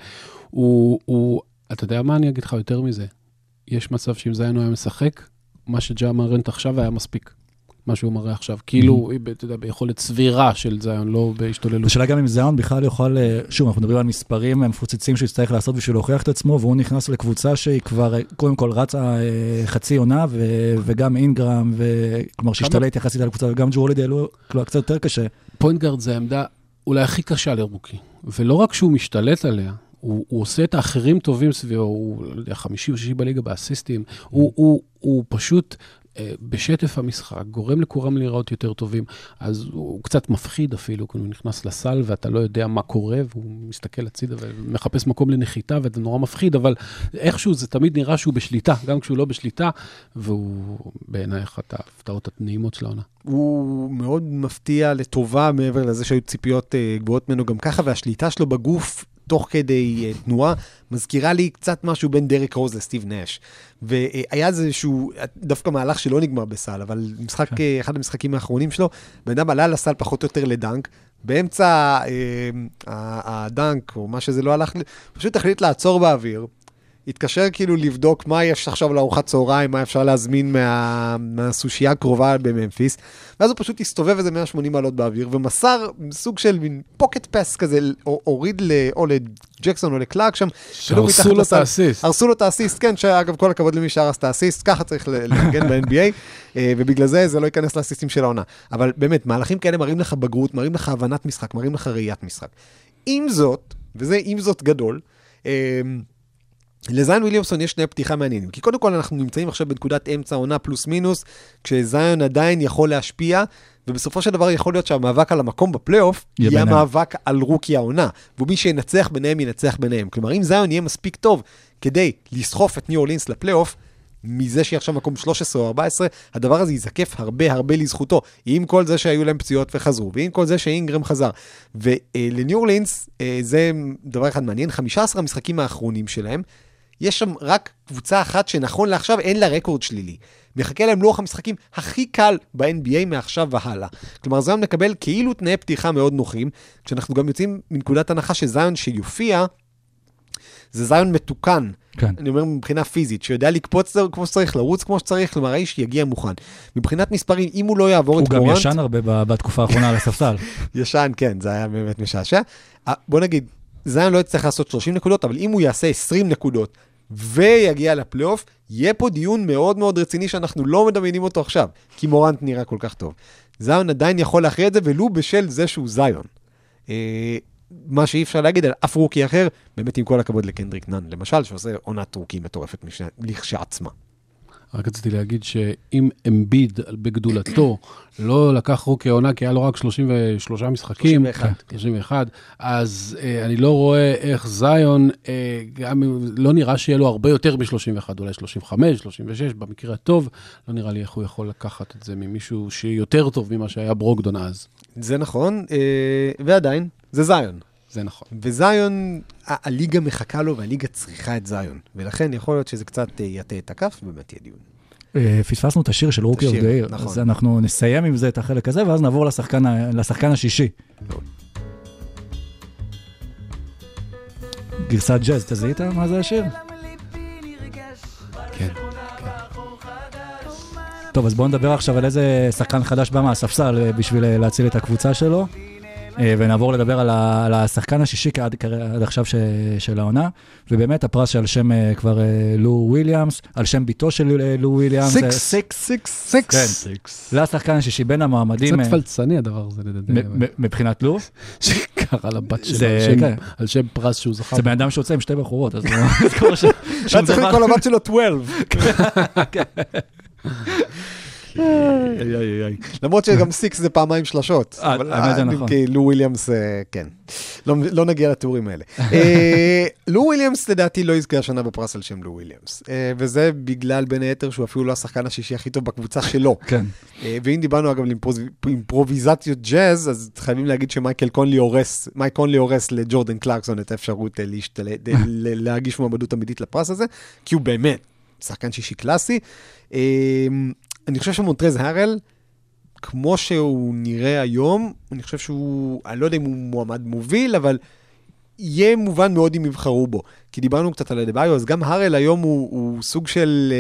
אתה יודע מה אני אגיד לך יותר מזה? יש מצב שאם זיון היה משחק, מה שג'ה מורנט עכשיו היה מספיק. מה שהוא מראה עכשיו, כאילו, אתה יודע, ביכולת סבירה של זיון, לא בהשתוללות. השאלה גם אם זיון בכלל יוכל, שוב, אנחנו מדברים על מספרים מפוצצים שהוא יצטרך לעשות בשביל להוכיח את עצמו, והוא נכנס לקבוצה שהיא כבר, קודם כל, רצה חצי עונה, וגם אינגרם, כלומר, שהשתלט יחסית על הקבוצה, וגם ג'ולידי, כלומר, קצת יותר קשה. פוינטגארד זה העמדה אולי הכי קשה לרוקי, ולא רק שהוא משתלט עליה, הוא עושה את האחרים טובים סביבו, הוא, לא יודע, 5 או 6 בליגה באסיסטים, הוא פשוט בשטף המשחק, גורם לכולם לראות יותר טובים, אז הוא קצת מפחיד אפילו, כי הוא נכנס לסל ואתה לא יודע מה קורה, והוא מסתכל הצידה ומחפש מקום לנחיתה, וזה נורא מפחיד, אבל איכשהו זה תמיד נראה שהוא בשליטה, גם כשהוא לא בשליטה, והוא בעיניי אחת ההפתעות הנעימות של העונה. הוא מאוד מפתיע לטובה, מעבר לזה שהיו ציפיות גבוהות ממנו גם ככה, והשליטה שלו בגוף, תוך כדי תנועה, מזכירה לי קצת משהו בין דרק רוז לסטיב נש. והיה איזשהו, דווקא מהלך שלא נגמר בסל, אבל אחד המשחקים האחרונים שלו, בן אדם עלה לסל פחות או יותר לדנק, באמצע הדנק, או מה שזה לא הלך, פשוט החליט לעצור באוויר, התקשר כאילו לבדוק מה יש עכשיו לארוחת צהריים, מה אפשר להזמין מהסושייה הקרובה בממפיס, ואז הוא פשוט הסתובב איזה 180 מעלות באוויר, ומסר סוג של מין פוקט פס כזה, הוריד או לג'קסון או לקלארק שם, שהרסו לו את האסיסט. הרסו לו את האסיסט, כן, שאגב כל הכבוד למי שהרס את האסיסט, ככה צריך להגן ב-NBA, ובגלל זה לא ייכנס לאסיסטים של העונה. אבל באמת, מהלכים כאלה מראים לך בגרות, מראים לך הבנת משחק, מראים לך ראיית משחק. עם זאת, וזה עם זאת גדול, לזיון וויליאמסון יש שני פתיחה מעניינים, כי קודם כל אנחנו נמצאים עכשיו בנקודת אמצע עונה פלוס מינוס, כשזיון עדיין יכול להשפיע, ובסופו של דבר יכול להיות שהמאבק על המקום בפלייאוף יהיה המאבק על רוקי העונה, ומי שינצח ביניהם ינצח ביניהם. כלומר, אם זיון יהיה מספיק טוב כדי לסחוף את ניו אורלינס לפלייאוף, מזה שהיא עכשיו מקום 13 או 14, הדבר הזה יזקף הרבה הרבה לזכותו, עם כל זה שהיו להם פציעות וחזרו, ועם כל זה שאינגרם חזר. ולניו אורלינס, זה דבר אחד מעניין, 15 המשחקים האחרונים שלהם, יש שם רק קבוצה אחת שנכון לעכשיו אין לה רקורד שלילי. מחכה להם לוח המשחקים הכי קל ב-NBA מעכשיו והלאה. כלומר, זיון מקבל כאילו תנאי פתיחה מאוד נוחים, כשאנחנו גם יוצאים מנקודת הנחה שזיון שיופיע, זה זיון מתוקן. כן. אני אומר מבחינה פיזית, שיודע לקפוץ כמו שצריך, לרוץ כמו שצריך, כלומר, האיש יגיע מוכן. מבחינת מספרים, אם הוא לא יעבור את מורנט... הוא גם ישן הרבה בתקופה האחרונה על הספסל. ישן, כן, זה היה באמת משעשע. בוא נגיד, זיון לא יצטרך לעשות 30 נקודות, אבל אם הוא יעשה 20 נקודות, ויגיע לפלייאוף, יהיה פה דיון מאוד מאוד רציני שאנחנו לא מדמיינים אותו עכשיו, כי מורנט נראה כל כך טוב. זיון עדיין יכול להכריע את זה, ולו בשל זה שהוא זיון. מה שאי אפשר להגיד על אף רוקי אחר, באמת עם כל הכבוד לקנדריק נאן, למשל, שעושה עונת רוקי מטורפת לכשעצמה. רק רציתי להגיד שאם אמביד בגדולתו לא לקח רוקי העונה, כי היה לו רק 33 משחקים, 31, אז אני לא רואה איך זיון, גם לא נראה שיהיה לו הרבה יותר ב-31, אולי 35, 36, במקרה הטוב, לא נראה לי איך הוא יכול לקחת את זה ממישהו שיותר טוב ממה שהיה ברוקדון אז. זה נכון, ועדיין, זה זיון. זה נכון. וזיון, הליגה מחכה לו, והליגה צריכה את זיון. ולכן יכול להיות שזה קצת יתה את הכף, ובאמת יהיה דיון. פספסנו את השיר של רוקי אוף דה עיר, אז אנחנו נסיים עם זה את החלק הזה, ואז נעבור לשחקן השישי. גרסת ג'אז, תזהית מה זה השיר? כן. טוב, אז בואו נדבר עכשיו על איזה שחקן חדש בא מהספסל בשביל להציל את הקבוצה שלו, ונעבור לדבר על השחקן השישי עד עכשיו של העונה, ובאמת הפרס שעל שם כבר לו וויליאמס, על שם ביתו של לו וויליאמס. סיקס. זה השחקן השישי בין המועמדים. קצת פלצני הדבר הזה לדעתי. מבחינת לו. שקרא לבת שלו על שם פרס שהוא זכה. זה בן אדם שיוצא עם 2 בחורות, אז אתה צריך לקרוא לבת שלו 12. למרות שגם 6 זה פעמיים שלשות. האמת זה נכון. כי לו וויליאמס, כן. לא נגיע לתיאורים האלה. לו וויליאמס לדעתי לא יזכה השנה בפרס על שם לו וויליאמס. וזה בגלל בין היתר שהוא אפילו לא השחקן השישי הכי טוב בקבוצה שלו. כן. ואם דיברנו אגב לאימפרוביזציות ג'אז, אז חייבים להגיד שמייקל קונלי הורס לג'ורדן קלרקסון את האפשרות להגיש מועמדות אמיתית לפרס הזה, כי הוא באמת שחקן שישי קלאסי. אני חושב שמונטרז הרל, כמו שהוא נראה היום, אני חושב שהוא, אני לא יודע אם הוא מועמד מוביל, אבל יהיה מובן מאוד אם יבחרו בו. כי דיברנו קצת על הדביו, אז גם הרל היום הוא סוג של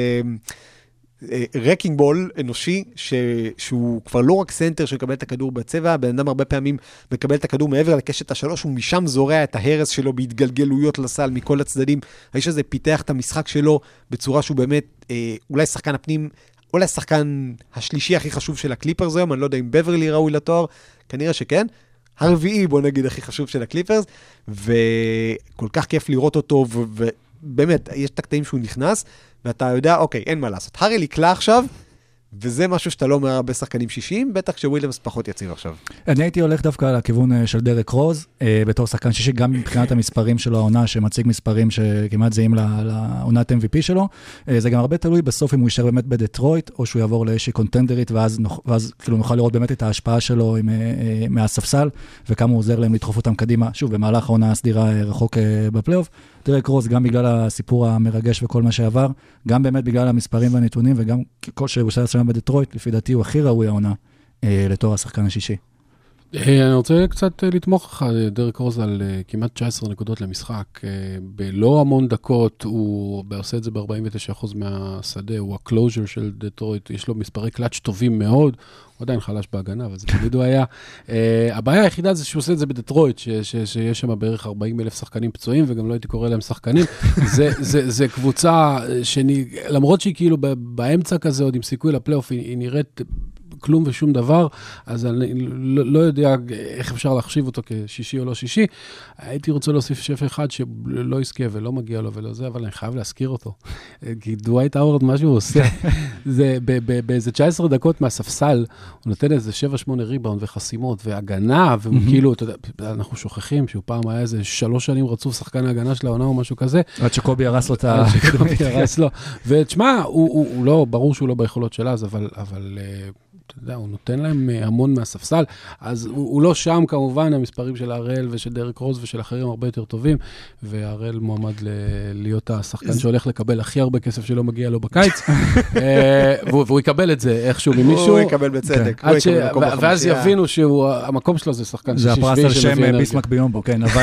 רקינג בול אנושי, שהוא כבר לא רק סנטר שקבל את הכדור בצבע, בן אדם הרבה פעמים מקבל את הכדור מעבר לקשת השלוש, הוא משם זורע את ההרס שלו בהתגלגלויות לסל מכל הצדדים. האיש הזה פיתח את המשחק שלו בצורה שהוא באמת, אולי שחקן הפנים, אולי שחקן השלישי הכי חשוב של הקליפרס היום, אני לא יודע אם בברלי ראוי לתואר, כנראה שכן. הרביעי, בוא נגיד, הכי חשוב של הקליפרס, וכל כך כיף לראות אותו, ובאמת, יש את הקטעים שהוא נכנס, ואתה יודע, אוקיי, אין מה לעשות. הרי לקלה עכשיו, וזה משהו שאתה לא אומר הרבה שחקנים שישיים, בטח שוויליאמס פחות יציב עכשיו. אני הייתי הולך דווקא לכיוון של דרק רוז, בתור שחקן שישי, גם מבחינת המספרים שלו העונה, שמציג מספרים שכמעט זהים לעונת MVP שלו. זה גם הרבה תלוי בסוף אם הוא יישאר באמת בדטרויט, או שהוא יעבור לאיזושהי קונטנדרית, ואז כאילו נוכל לראות באמת את ההשפעה שלו מהספסל, וכמה הוא עוזר להם לדחוף אותם קדימה. שוב, במהלך העונה הסדירה רחוק בפלייאוף. דרק רוז, גם בגלל הסיפור המרגש וכל מה שעבר, גם באמת בגלל המספרים והנתונים, וגם כל שהוא עושה השנה בדטרויט, לפי דעתי הוא הכי ראוי העונה לתואר השחקן השישי. אני רוצה קצת לתמוך לך, דרק רוז, על כמעט 19 נקודות למשחק. בלא המון דקות, הוא עושה את זה ב-49% מהשדה, הוא הקלוז'ר של דטרויט, יש לו מספרי קלאץ' טובים מאוד, הוא עדיין חלש בהגנה, אבל זה תמיד הוא היה. הבעיה היחידה זה שהוא עושה את זה בדטרויט, שיש שם בערך 40,000 שחקנים פצועים, וגם לא הייתי קורא להם שחקנים. זה קבוצה למרות שהיא כאילו באמצע כזה, עוד עם סיכוי לפלייאוף, היא נראית כלום ושום דבר, אז אני לא יודע איך אפשר להחשיב אותו כשישי או לא שישי. הייתי רוצה להוסיף שף אחד שלא יזכה ולא מגיע לו ולא זה, אבל אני חייב להזכיר אותו. כי דווייט האוורד, מה שהוא עושה, זה באיזה 19 דקות מהספסל, הוא נותן איזה 7-8 ריבאונד וחסימות והגנה, והוא כאילו, אתה יודע, אנחנו שוכחים שהוא פעם היה איזה 3 שנים רצוף שחקן ההגנה של העונה או משהו כזה. עד שקובי הרס לו את ותשמע, הוא לא, ברור שהוא לא ביכולות שלה, אבל אתה יודע, הוא נותן להם המון מהספסל, אז הוא לא שם כמובן, המספרים של הראל ושל דרק רוז ושל אחרים הרבה יותר טובים, והראל מועמד להיות השחקן שהולך לקבל הכי הרבה כסף שלא מגיע לו בקיץ, והוא יקבל את זה איכשהו ממישהו. הוא יקבל בצדק. ואז יבינו שהמקום שלו זה שחקן זה הפרס על שם ביסמק ביומבו, כן, אבל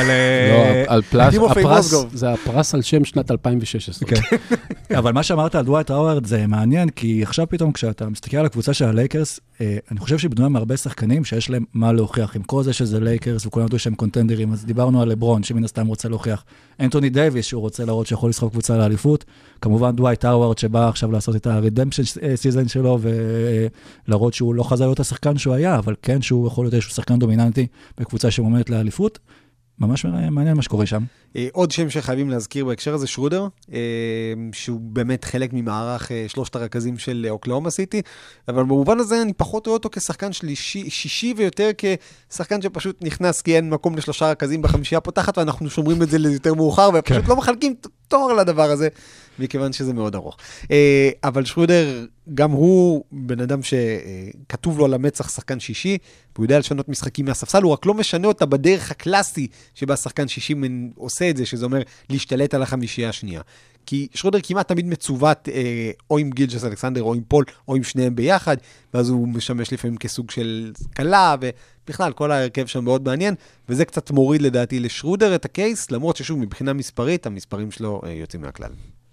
זה הפרס על שם שנת 2016. אבל מה שאמרת על דווייט האוורד זה מעניין, כי עכשיו פתאום כשאתה מסתכל על הקבוצה של הלייקרס, אני חושב שהיא בנויה מהרבה שחקנים שיש להם מה להוכיח. עם כל זה שזה לייקרס וכולם יודעו שהם קונטנדרים, אז דיברנו על לברון, שמן הסתם רוצה להוכיח. אנטוני דייביס, שהוא רוצה להראות שיכול לסחוב קבוצה לאליפות. כמובן דווייט האוורד, שבא עכשיו לעשות את הרדמפשן סיזן שלו, ולהראות שהוא לא חזר להיות השחקן שהוא היה, אבל כן שהוא יכול להיות איזשהו שחקן דומיננטי בקבוצה שמומנת לאליפות. ממש מעניין מה שקורה שם. עוד שם שחייבים להזכיר בהקשר הזה, שרודר, שהוא באמת חלק ממערך 3 הרכזים של אוקלאומה סיטי, אבל במובן הזה אני פחות רואה אותו כשחקן שישי ויותר כשחקן שפשוט נכנס כי אין מקום ל3 רכזים בחמישייה פותחת, ואנחנו שומרים את זה ליותר מאוחר, ופשוט לא מחלקים תואר לדבר הזה. מכיוון שזה מאוד ארוך. אבל שרודר, גם הוא בן אדם שכתוב לו על המצח שחקן שישי, והוא יודע לשנות משחקים מהספסל, הוא רק לא משנה אותה בדרך הקלאסי שבה שחקן שישי עושה את זה, שזה אומר להשתלט על החמישייה השנייה. כי שרודר כמעט תמיד מצוות או עם גילג'ס אלכסנדר, או עם פול, או עם שניהם ביחד, ואז הוא משמש לפעמים כסוג של קלה, ובכלל כל ההרכב שם מאוד מעניין, וזה קצת מוריד לדעתי לשרודר את הקייס, למרות ששוב מבחינה מספרית, המספרים שלו יוצאים מהכלל.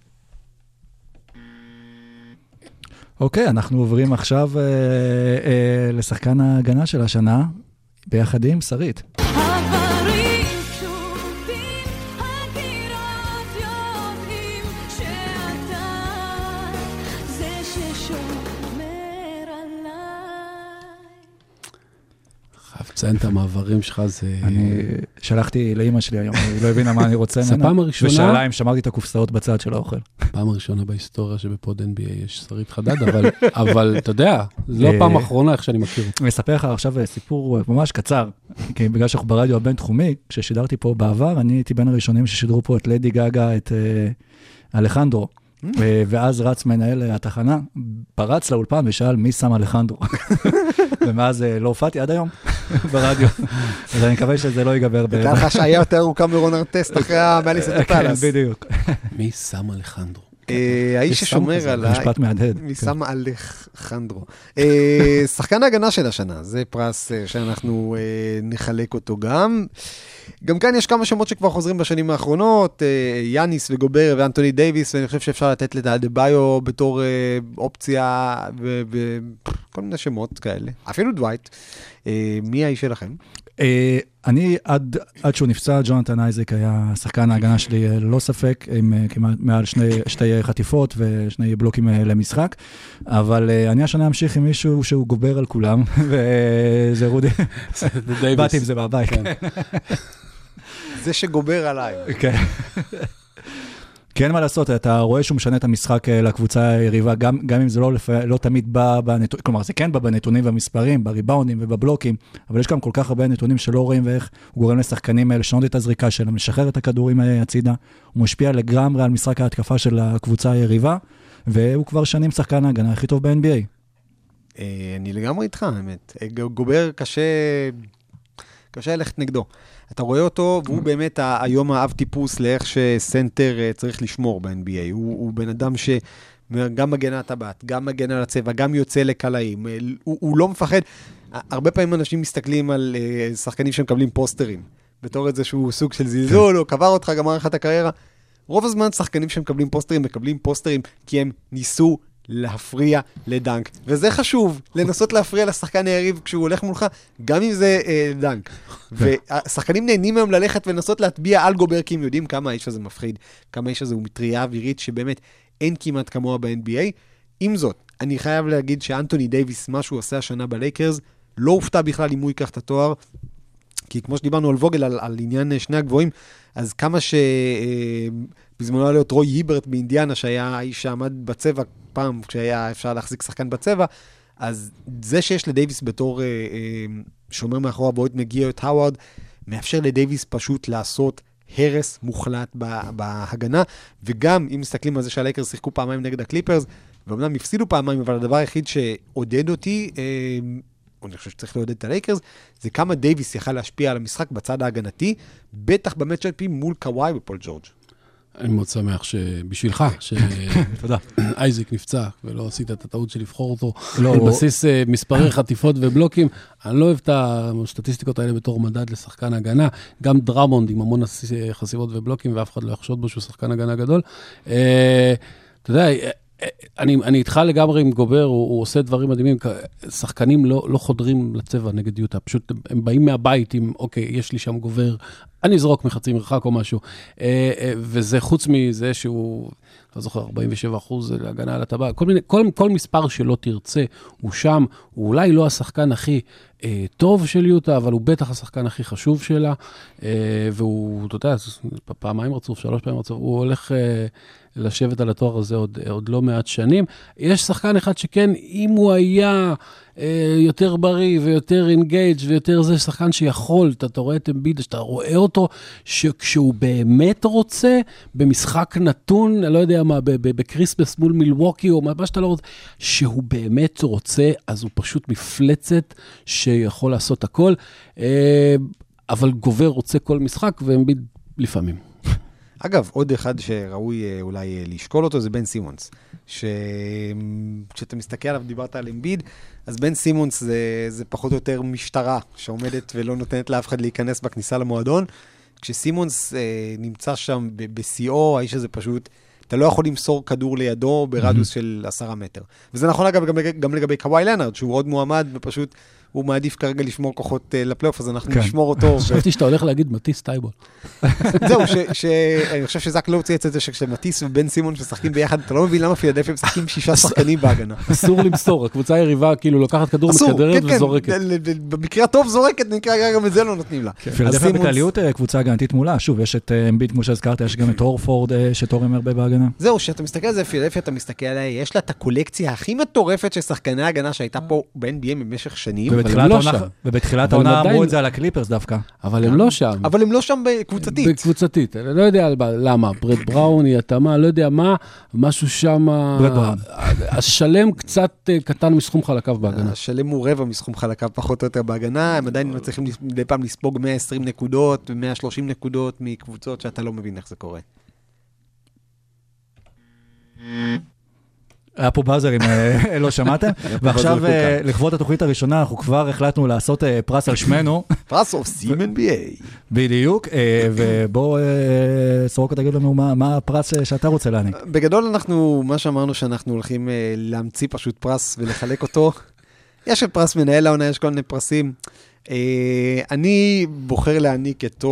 אוקיי, אנחנו עוברים עכשיו לשחקן ההגנה של השנה, ביחד עם שרית. ציין את המעברים שלך, זה... אני שלחתי לאמא שלי היום, היא לא הבינה מה אני רוצה ממנה. זה הפעם הראשונה... ושאלה אם שמרתי את הקופסאות בצד של האוכל. פעם הראשונה בהיסטוריה שבפוד NBA יש שרית חדד, אבל אתה יודע, זה לא הפעם האחרונה איך שאני מכיר. אני אספר לך עכשיו סיפור ממש קצר, כי בגלל שאנחנו ברדיו הבינתחומי, כששידרתי פה בעבר, אני הייתי בין הראשונים ששידרו פה את ליידי גגה, את אלחנדרו. ואז רץ מנהל התחנה, פרץ לאולפן ושאל מי שם אלחנדרו. ומאז לא הופעתי עד היום ברדיו. אז אני מקווה שזה לא ייגבר. הייתה לך שהיה יותר ארוכה מרון ארטסט אחרי המאליס את הפלס. כן, בדיוק. מי שם אלחנדרו? האיש ששומר עליי... משפט מהדהד. מי שם אלחנדרו. שחקן ההגנה של השנה, זה פרס שאנחנו נחלק אותו גם. גם כאן יש כמה שמות שכבר חוזרים בשנים האחרונות, יאניס וגובר ואנטוני דייביס, ואני חושב שאפשר לתת לדביו בתור אופציה, וכל מיני שמות כאלה. אפילו דווייט. מי האיש שלכם? אני עד שהוא נפצע, ג'ונתן אייזק היה שחקן ההגנה שלי ללא ספק, עם כמעט מעל שתי חטיפות ושני בלוקים למשחק, אבל אני השנה אמשיך עם מישהו שהוא גובר על כולם, וזה רודי. באתי עם זה מהבית. זה שגובר עליי. כן. כן, מה לעשות, אתה רואה שהוא משנה את המשחק לקבוצה היריבה, גם אם זה לא תמיד בא בנתונים, כלומר, זה כן בא בנתונים והמספרים, בריבאונדים ובבלוקים, אבל יש גם כל כך הרבה נתונים שלא רואים ואיך הוא גורם לשחקנים לשנות את הזריקה שלהם, לשחרר את הכדורים הצידה, הוא משפיע לגמרי על משחק ההתקפה של הקבוצה היריבה, והוא כבר שנים שחקן ההגנה הכי טוב ב-NBA. אני לגמרי איתך, האמת. גובר קשה ללכת נגדו. אתה רואה אותו, והוא באמת היום האב טיפוס לאיך שסנטר צריך לשמור ב-NBA. הוא בן אדם שגם מגן על הטבעת, גם מגן על הצבע, גם יוצא לקלעים. הוא לא מפחד. הרבה פעמים אנשים מסתכלים על שחקנים שמקבלים פוסטרים, בתור איזשהו סוג של זלזול, או קבר אותך, גמר לך את הקריירה. רוב הזמן שחקנים שמקבלים פוסטרים, מקבלים פוסטרים כי הם ניסו להפריע לדנק. וזה חשוב, לנסות להפריע לשחקן היריב כשהוא הולך מולך, גם אם זה דנק. והשחקנים נהנים היום ללכת ולנסות להטביע על גובר, כי הם יודעים כמה האיש הזה מפחיד, כמה האיש הזה הוא מטריה אווירית, שבאמת אין כמעט כמוה ב-NBA. עם זאת, אני חייב להגיד שאנטוני דייביס, מה שהוא עושה השנה בלייקרס, לא הופתע בכלל אם הוא ייקח את התואר, כי כמו שדיברנו על ווגל, על עניין שני הגבוהים, אז כמה שבזמנו היה להיות רוי היברט באינדיאנה, שהיה האיש שעמד בצבע פעם, כשהיה אפשר להחזיק שחקן בצבע, אז זה שיש לדייביס בתור שומר מאחורי הבועט מגיע את האוורד, מאפשר לדייביס פשוט לעשות הרס מוחלט בהגנה, וגם אם מסתכלים על זה שהלייקרס שיחקו פעמיים נגד הקליפרס, ואומנם הפסידו פעמיים, אבל הדבר היחיד שעודד אותי, אני חושב שצריך לעודד את הלייקרס, זה כמה דייביס יכל להשפיע על המשחק בצד ההגנתי, בטח במצ'אפים מול קוואי ופול ג'ורג'. אני מאוד שמח שבשבילך, שאייזק נפצע, ולא עשית את הטעות של לבחור אותו, על בסיס מספרי חטיפות ובלוקים. אני לא אוהב את הסטטיסטיקות האלה בתור מדד לשחקן הגנה, גם דרמונד עם המון חסיבות ובלוקים, ואף אחד לא יחשוד בו שהוא שחקן הגנה גדול. אתה יודע, אני איתך לגמרי עם גובר, הוא עושה דברים מדהימים, שחקנים לא חודרים לצבע נגד יוטה, פשוט הם באים מהבית עם, אוקיי, יש לי שם גובר, אני אזרוק מחצי מרחק או משהו, וזה חוץ מזה שהוא, לא זוכר, 47% להגנה על הטבע, כל מספר שלא תרצה, הוא שם, הוא אולי לא השחקן הכי טוב של יוטה, אבל הוא בטח השחקן הכי חשוב שלה, והוא, אתה יודע, פעמיים רצוף, 3 פעמים רצוף, הוא הולך לשבת על התואר הזה עוד לא מעט שנים. יש שחקן אחד שכן, אם הוא היה יותר בריא ויותר אינגייג' ויותר זה שחקן שיכול, אתה רואה את אמביד, שאתה רואה אותו, שכשהוא באמת רוצה, במשחק נתון, אני לא יודע מה, בקריסמס מול מילווקי, או מה שאתה לא רוצה, שהוא באמת רוצה, אז הוא פשוט מפלצת שיכול לעשות הכל, אבל גובר רוצה כל משחק, ואמביד לפעמים. אגב, עוד אחד שראוי אולי לשקול אותו, זה בן סימונס. כשאתה מסתכל עליו, דיברת על אמביד, אז בן סימונס זה פחות או יותר משטרה, שעומדת ולא נותנת לאף אחד להיכנס בכניסה למועדון. כשסימונס נמצא שם בשיאו, האיש הזה פשוט, אתה לא יכול למסור כדור לידו ברדיוס של 10 מטר. וזה נכון אגב גם לגבי קוואי לנארד, שהוא עוד מועמד ופשוט הוא מעדיף כרגע לשמור כוחות לפלייאוף, אז אנחנו נשמור אותו. חשבתי שאתה הולך להגיד מטיס טייבול. זהו, אני חושב שזק לא הוציא את זה שכשמטיס ובן סימון משחקים ביחד, אתה לא מבין למה פילדלפיה משחקים 6 שחקנים בהגנה. אסור למסור, הקבוצה היריבה כאילו לוקחת כדור מכדרת וזורקת. במקרה הטוב זורקת, נקרא גם את זה לא נותנים לה. פילדלפיה בכלליות קבוצה הגנתית מולה, שוב, יש את אמביד כמו שהזכרת, יש גם את הורפורד שתורם הרבה בהגנה. זהו, שאתה מסתכל על זה, פילדלפיה אתה מסתכל עליה, יש לה את הקולקציה הכי מטורפת של שחקני ההגנה שהייתה פה ב-NBA במשך שנים. ובתחילת העונה אמרו את זה על הקליפרס דווקא. אבל הם לא שם. אבל הם לא שם בקבוצתית. בקבוצתית. אני לא יודע למה. ברד בראוני, התאמה, לא יודע מה, משהו שם... השלם קצת קטן מסכום חלקיו בהגנה. השלם הוא רבע מסכום חלקיו פחות או יותר בהגנה. הם עדיין צריכים מדי פעם לספוג 120 נקודות ו-130 נקודות מקבוצות שאתה לא מבין איך זה קורה. היה פה באזרים, לא שמעתם? ועכשיו, לכבוד התוכנית הראשונה, אנחנו כבר החלטנו לעשות פרס על שמנו. פרס of Sim NBA. בדיוק, ובוא, סורוקה, תגיד לנו מה הפרס שאתה רוצה להעניק. בגדול אנחנו, מה שאמרנו שאנחנו הולכים להמציא פשוט פרס ולחלק אותו. יש פרס מנהל העונה, יש כל מיני פרסים. אני בוחר להעניק את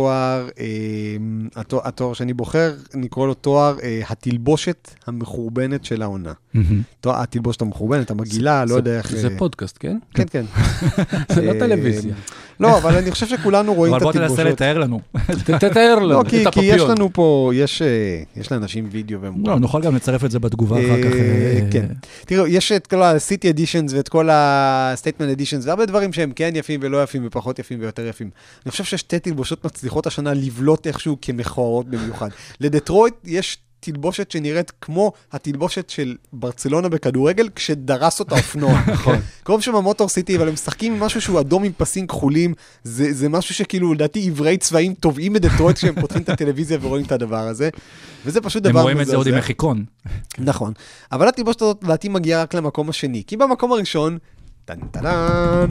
התואר שאני בוחר, נקרא לו תואר התלבושת המחורבנת של העונה. התלבושת המחורבנת, המגילה, לא יודע איך... זה פודקאסט, כן? כן, כן. זה לא טלוויזיה. לא, אבל אני חושב שכולנו רואים את התלבושות. אבל בוא תנסה לתאר לנו. תתאר לנו, את הפפיון. כי יש לנו פה, יש לאנשים וידאו והם... לא, נוכל גם לצרף את זה בתגובה אחר כך. כן. תראו, יש את כל ה-City Editions ואת כל ה-Statement Editions, והרבה דברים שהם כן יפים ולא יפים ופחות יפים ויותר יפים. אני חושב ששתי תלבושות מצליחות השנה לבלוט איכשהו כמכוערות במיוחד. לדטרויט יש תלבושת שנראית כמו התלבושת של ברצלונה בכדורגל, כשדרס אותה אופנוע. נכון. קוראים שם המוטור סיטי, אבל הם משחקים עם משהו שהוא אדום עם פסים כחולים, זה משהו שכאילו, לדעתי, עברי צבעים טובעים בדטרויט, כשהם פותחים את הטלוויזיה ורואים את הדבר הזה. וזה פשוט דבר... הם רואים את זה עוד עם מחיקון. נכון. אבל התלבושת הזאת, לדעתי, מגיעה רק למקום השני. כי במקום הראשון, טן-טן-טן,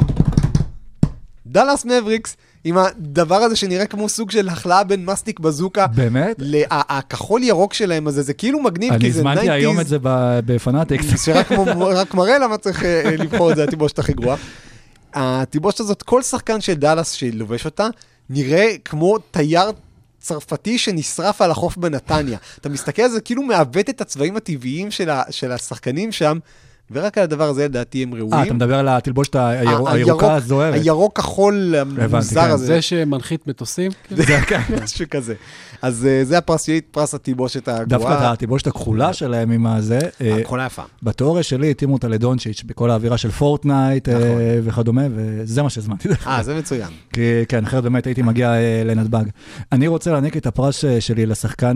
דלאס מבריקס, עם הדבר הזה שנראה כמו סוג של החלאה בין מסטיק בזוקה. באמת? הכחול ירוק שלהם הזה, זה כאילו מגניב, כי זה 90s. אני הזמנתי היום את זה בפנאטיקס. שרק מראה למה צריך לבחור את זה, התלבושת הכי גרועה. התלבושת הזאת, כל שחקן של דלאס שלובש אותה, נראה כמו תייר צרפתי שנשרף על החוף בנתניה. אתה מסתכל על זה, כאילו מעוות את הצבעים הטבעיים של השחקנים שם, ורק על הדבר הזה, לדעתי, הם ראויים. אתה מדבר על התלבושת הירוקה הזוהרת. הירוק כחול המוזר הזה. זה שמנחית מטוסים? זה משהו כזה. אז זה פרס התלבושת הגבוהה. דווקא התלבושת הכחולה שלהם עם הזה. הכחולה יפה. בתיאוריה שלי, התאימו אותה לדונצ'יץ' בכל האווירה של פורטנייט וכדומה, וזה מה שהזמנתי. זה מצוין. כן, אחרת באמת הייתי מגיע לנתב"ג. אני רוצה להעניק את הפרס שלי לשחקן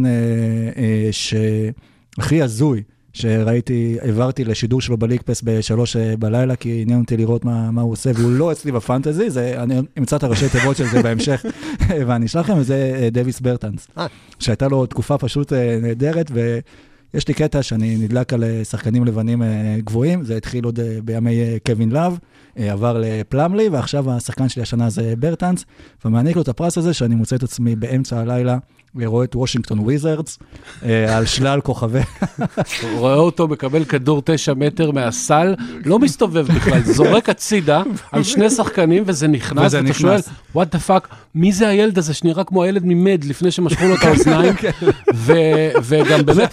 שהכי הזוי, שראיתי, העברתי לשידור שלו בליקפס ב3 בלילה, כי עניין אותי לראות מה הוא עושה, והוא לא אצלי בפנטזי, אני אמצא את הראשי תיבות של זה בהמשך, ואני אשלח לכם, וזה דוויס ברטנס, שהייתה לו תקופה פשוט נהדרת, ויש לי קטע שאני נדלק על שחקנים לבנים גבוהים, זה התחיל עוד בימי קווין לב, עבר לפלמלי, ועכשיו השחקן שלי השנה זה ברטנס, ומעניק לו את הפרס הזה, שאני מוצא את עצמי באמצע הלילה, ורואה את וושינגטון וויזרדס, על שלל כוכבי. רואה אותו מקבל כדור 9 מטר מהסל, לא מסתובב בכלל, זורק הצידה על 2 שחקנים, וזה נכנס, ואתה שואל, what the fuck, מי זה הילד הזה שנראה כמו הילד ממד, לפני שמשכו לו את האוזניים, וגם באמת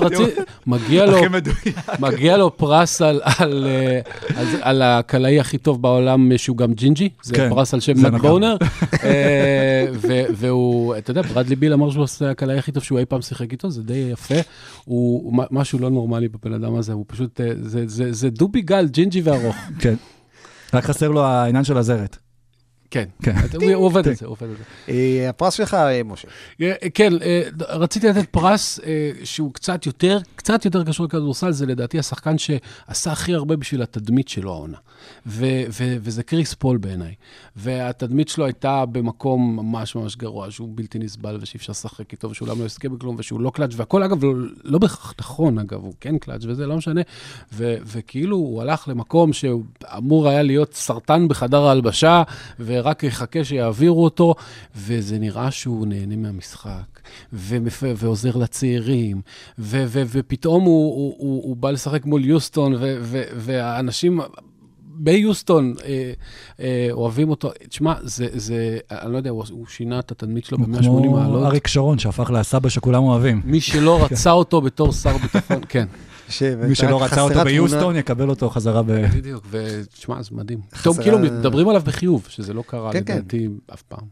מגיע לו פרס על הקלעי הכי טוב בעולם, שהוא גם ג'ינג'י, זה פרס על שם מקבונר, והוא, אתה יודע, ברדלי ביל אמר שהוא עושה הקלעי הכי טוב שהוא אי פעם שיחק איתו, זה די יפה, הוא משהו לא נורמלי בבן אדם הזה, הוא פשוט, זה דובי גל, ג'ינג'י וארוך. כן. רק חסר לו העניין של הזרת. כן, הוא עובד את זה, הפרס שלך, משה. כן, רציתי לתת פרס שהוא קצת יותר קשור לכדורסל, זה לדעתי השחקן שעשה הכי הרבה בשביל התדמית שלו העונה. וזה קריס פול בעיניי. והתדמית שלו הייתה במקום ממש ממש גרוע, שהוא בלתי נסבל ושאי אפשר לשחק איתו, ושהוא לא יזכה בכלום, ושהוא לא קלאץ', והכל אגב לא בהכרח נכון, אגב, הוא כן קלאץ', וזה לא משנה. וכאילו הוא הלך למקום שהוא אמור היה להיות סרטן בחדר ההלבשה, ורק יחכה שיעבירו אותו, וזה נראה שהוא נהנה מהמשחק, ועוזר לצעירים, ופתאום הוא בא לשחק מול יוסטון, והאנשים ביוסטון אוהבים אותו. תשמע, אני לא יודע, הוא שינה את התדמית שלו ב-180 מעלות. כמו אריק שרון, שהפך לסבא שכולם אוהבים. מי שלא רצה אותו בתור שר ביטחון, כן. מי שלא רצה אותו ביוסטון, יקבל אותו חזרה בדיוק, ותשמע, זה מדהים. טוב, כאילו, מדברים עליו בחיוב, שזה לא קרה לדעתי אף פעם.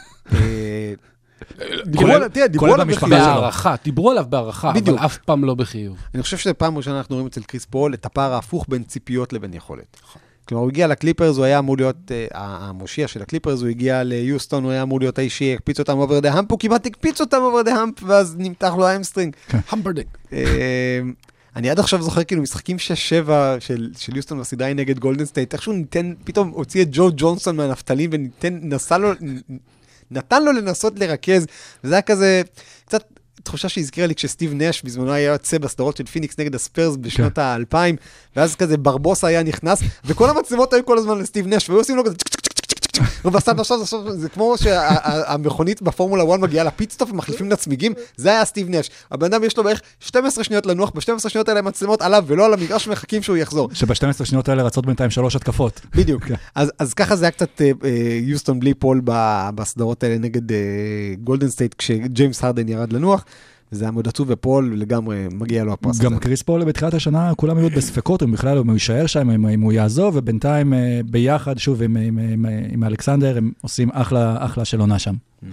דיברו עליו בהערכה, אבל אף פעם לא בחיוב. אני חושב שפעם ראשונה אנחנו רואים אצל קריס פול את הפער ההפוך בין ציפיות לבין יכולת. כלומר, הוא הגיע לקליפרס, הוא היה אמור להיות המושיע של הקליפרס, הוא הגיע ליוסטון, הוא היה אמור להיות האישי, הקפיץ אותם עובר דה המפ, הוא כמעט הקפיץ אותם עובר דה המפ, ואז נמתח לו האמסטרינג. המברדינג. אני עד עכשיו זוכר כאילו משחקים 6-7 של יוסטון בסדרה נגד גולדן סטייט, איכשהו ניתן, פתאום הוציא את ג'ו ג'ונסון מהנפתלים, ונתן לו לנסות לרכז, וזה היה כזה, קצת תחושה שהזכירה לי כשסטיב נש בזמנו היה יוצא בסדרות של פיניקס נגד הספרס בשנות ה-2000, ואז כזה ברבוסה היה נכנס, וכל המצלמות היו כל הזמן לסטיב נש, והיו עושים לו כזה ובסד עכשיו זה כמו שהמכונית בפורמולה 1 מגיעה לפיטסטופ ומחליפים לצמיגים, זה היה סטיב נש. הבן אדם יש לו בערך 12 שניות לנוח, ב-12 שניות האלה מצלמות עליו ולא על המגרש ומחכים שהוא יחזור. שב-12 שניות האלה רצות בינתיים 3 התקפות. בדיוק. אז ככה זה היה קצת יוסטון בלי פול בסדרות האלה נגד גולדן סטייט כשג'יימס הרדן ירד לנוח. זה היה מאוד עצוב, ופול לגמרי מגיע לו הפרס הזה. גם קריס פול בתחילת השנה, כולם היו בספקות, אם בכלל הוא יישאר שם, אם הוא יעזוב, ובינתיים ביחד, שוב, עם אלכסנדר, הם עושים אחלה של עונה שם.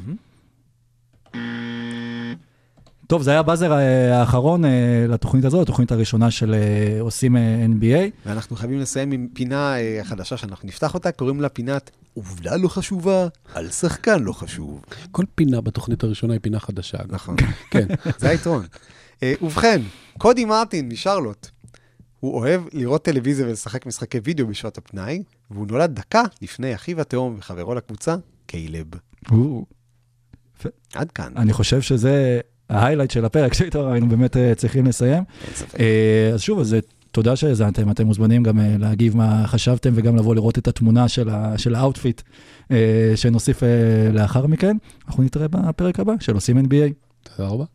טוב, זה היה הבאזר האחרון לתוכנית הזו, התוכנית הראשונה של עושים NBA. ואנחנו חייבים לסיים עם פינה חדשה שאנחנו נפתח אותה, קוראים לה פינת עובדה לא חשובה, על שחקן לא חשוב. כל פינה בתוכנית הראשונה היא פינה חדשה. נכון. כן. זה היתרון. ובכן, קודי מרטין משרלוט, הוא אוהב לראות טלוויזיה ולשחק משחקי וידאו בשעות הפנאי, והוא נולד דקה לפני אחיו התאום וחברו לקבוצה, קיילב. עד כאן. אני חושב שזה ההיילייט של הפרק שאיתו היינו באמת צריכים לסיים. אז שוב, אז תודה שהזנתם, אתם מוזמנים גם להגיב מה חשבתם וגם לבוא לראות את התמונה של האוטפיט שנוסיף לאחר מכן. אנחנו נתראה בפרק הבא של עושים NBA. תודה רבה.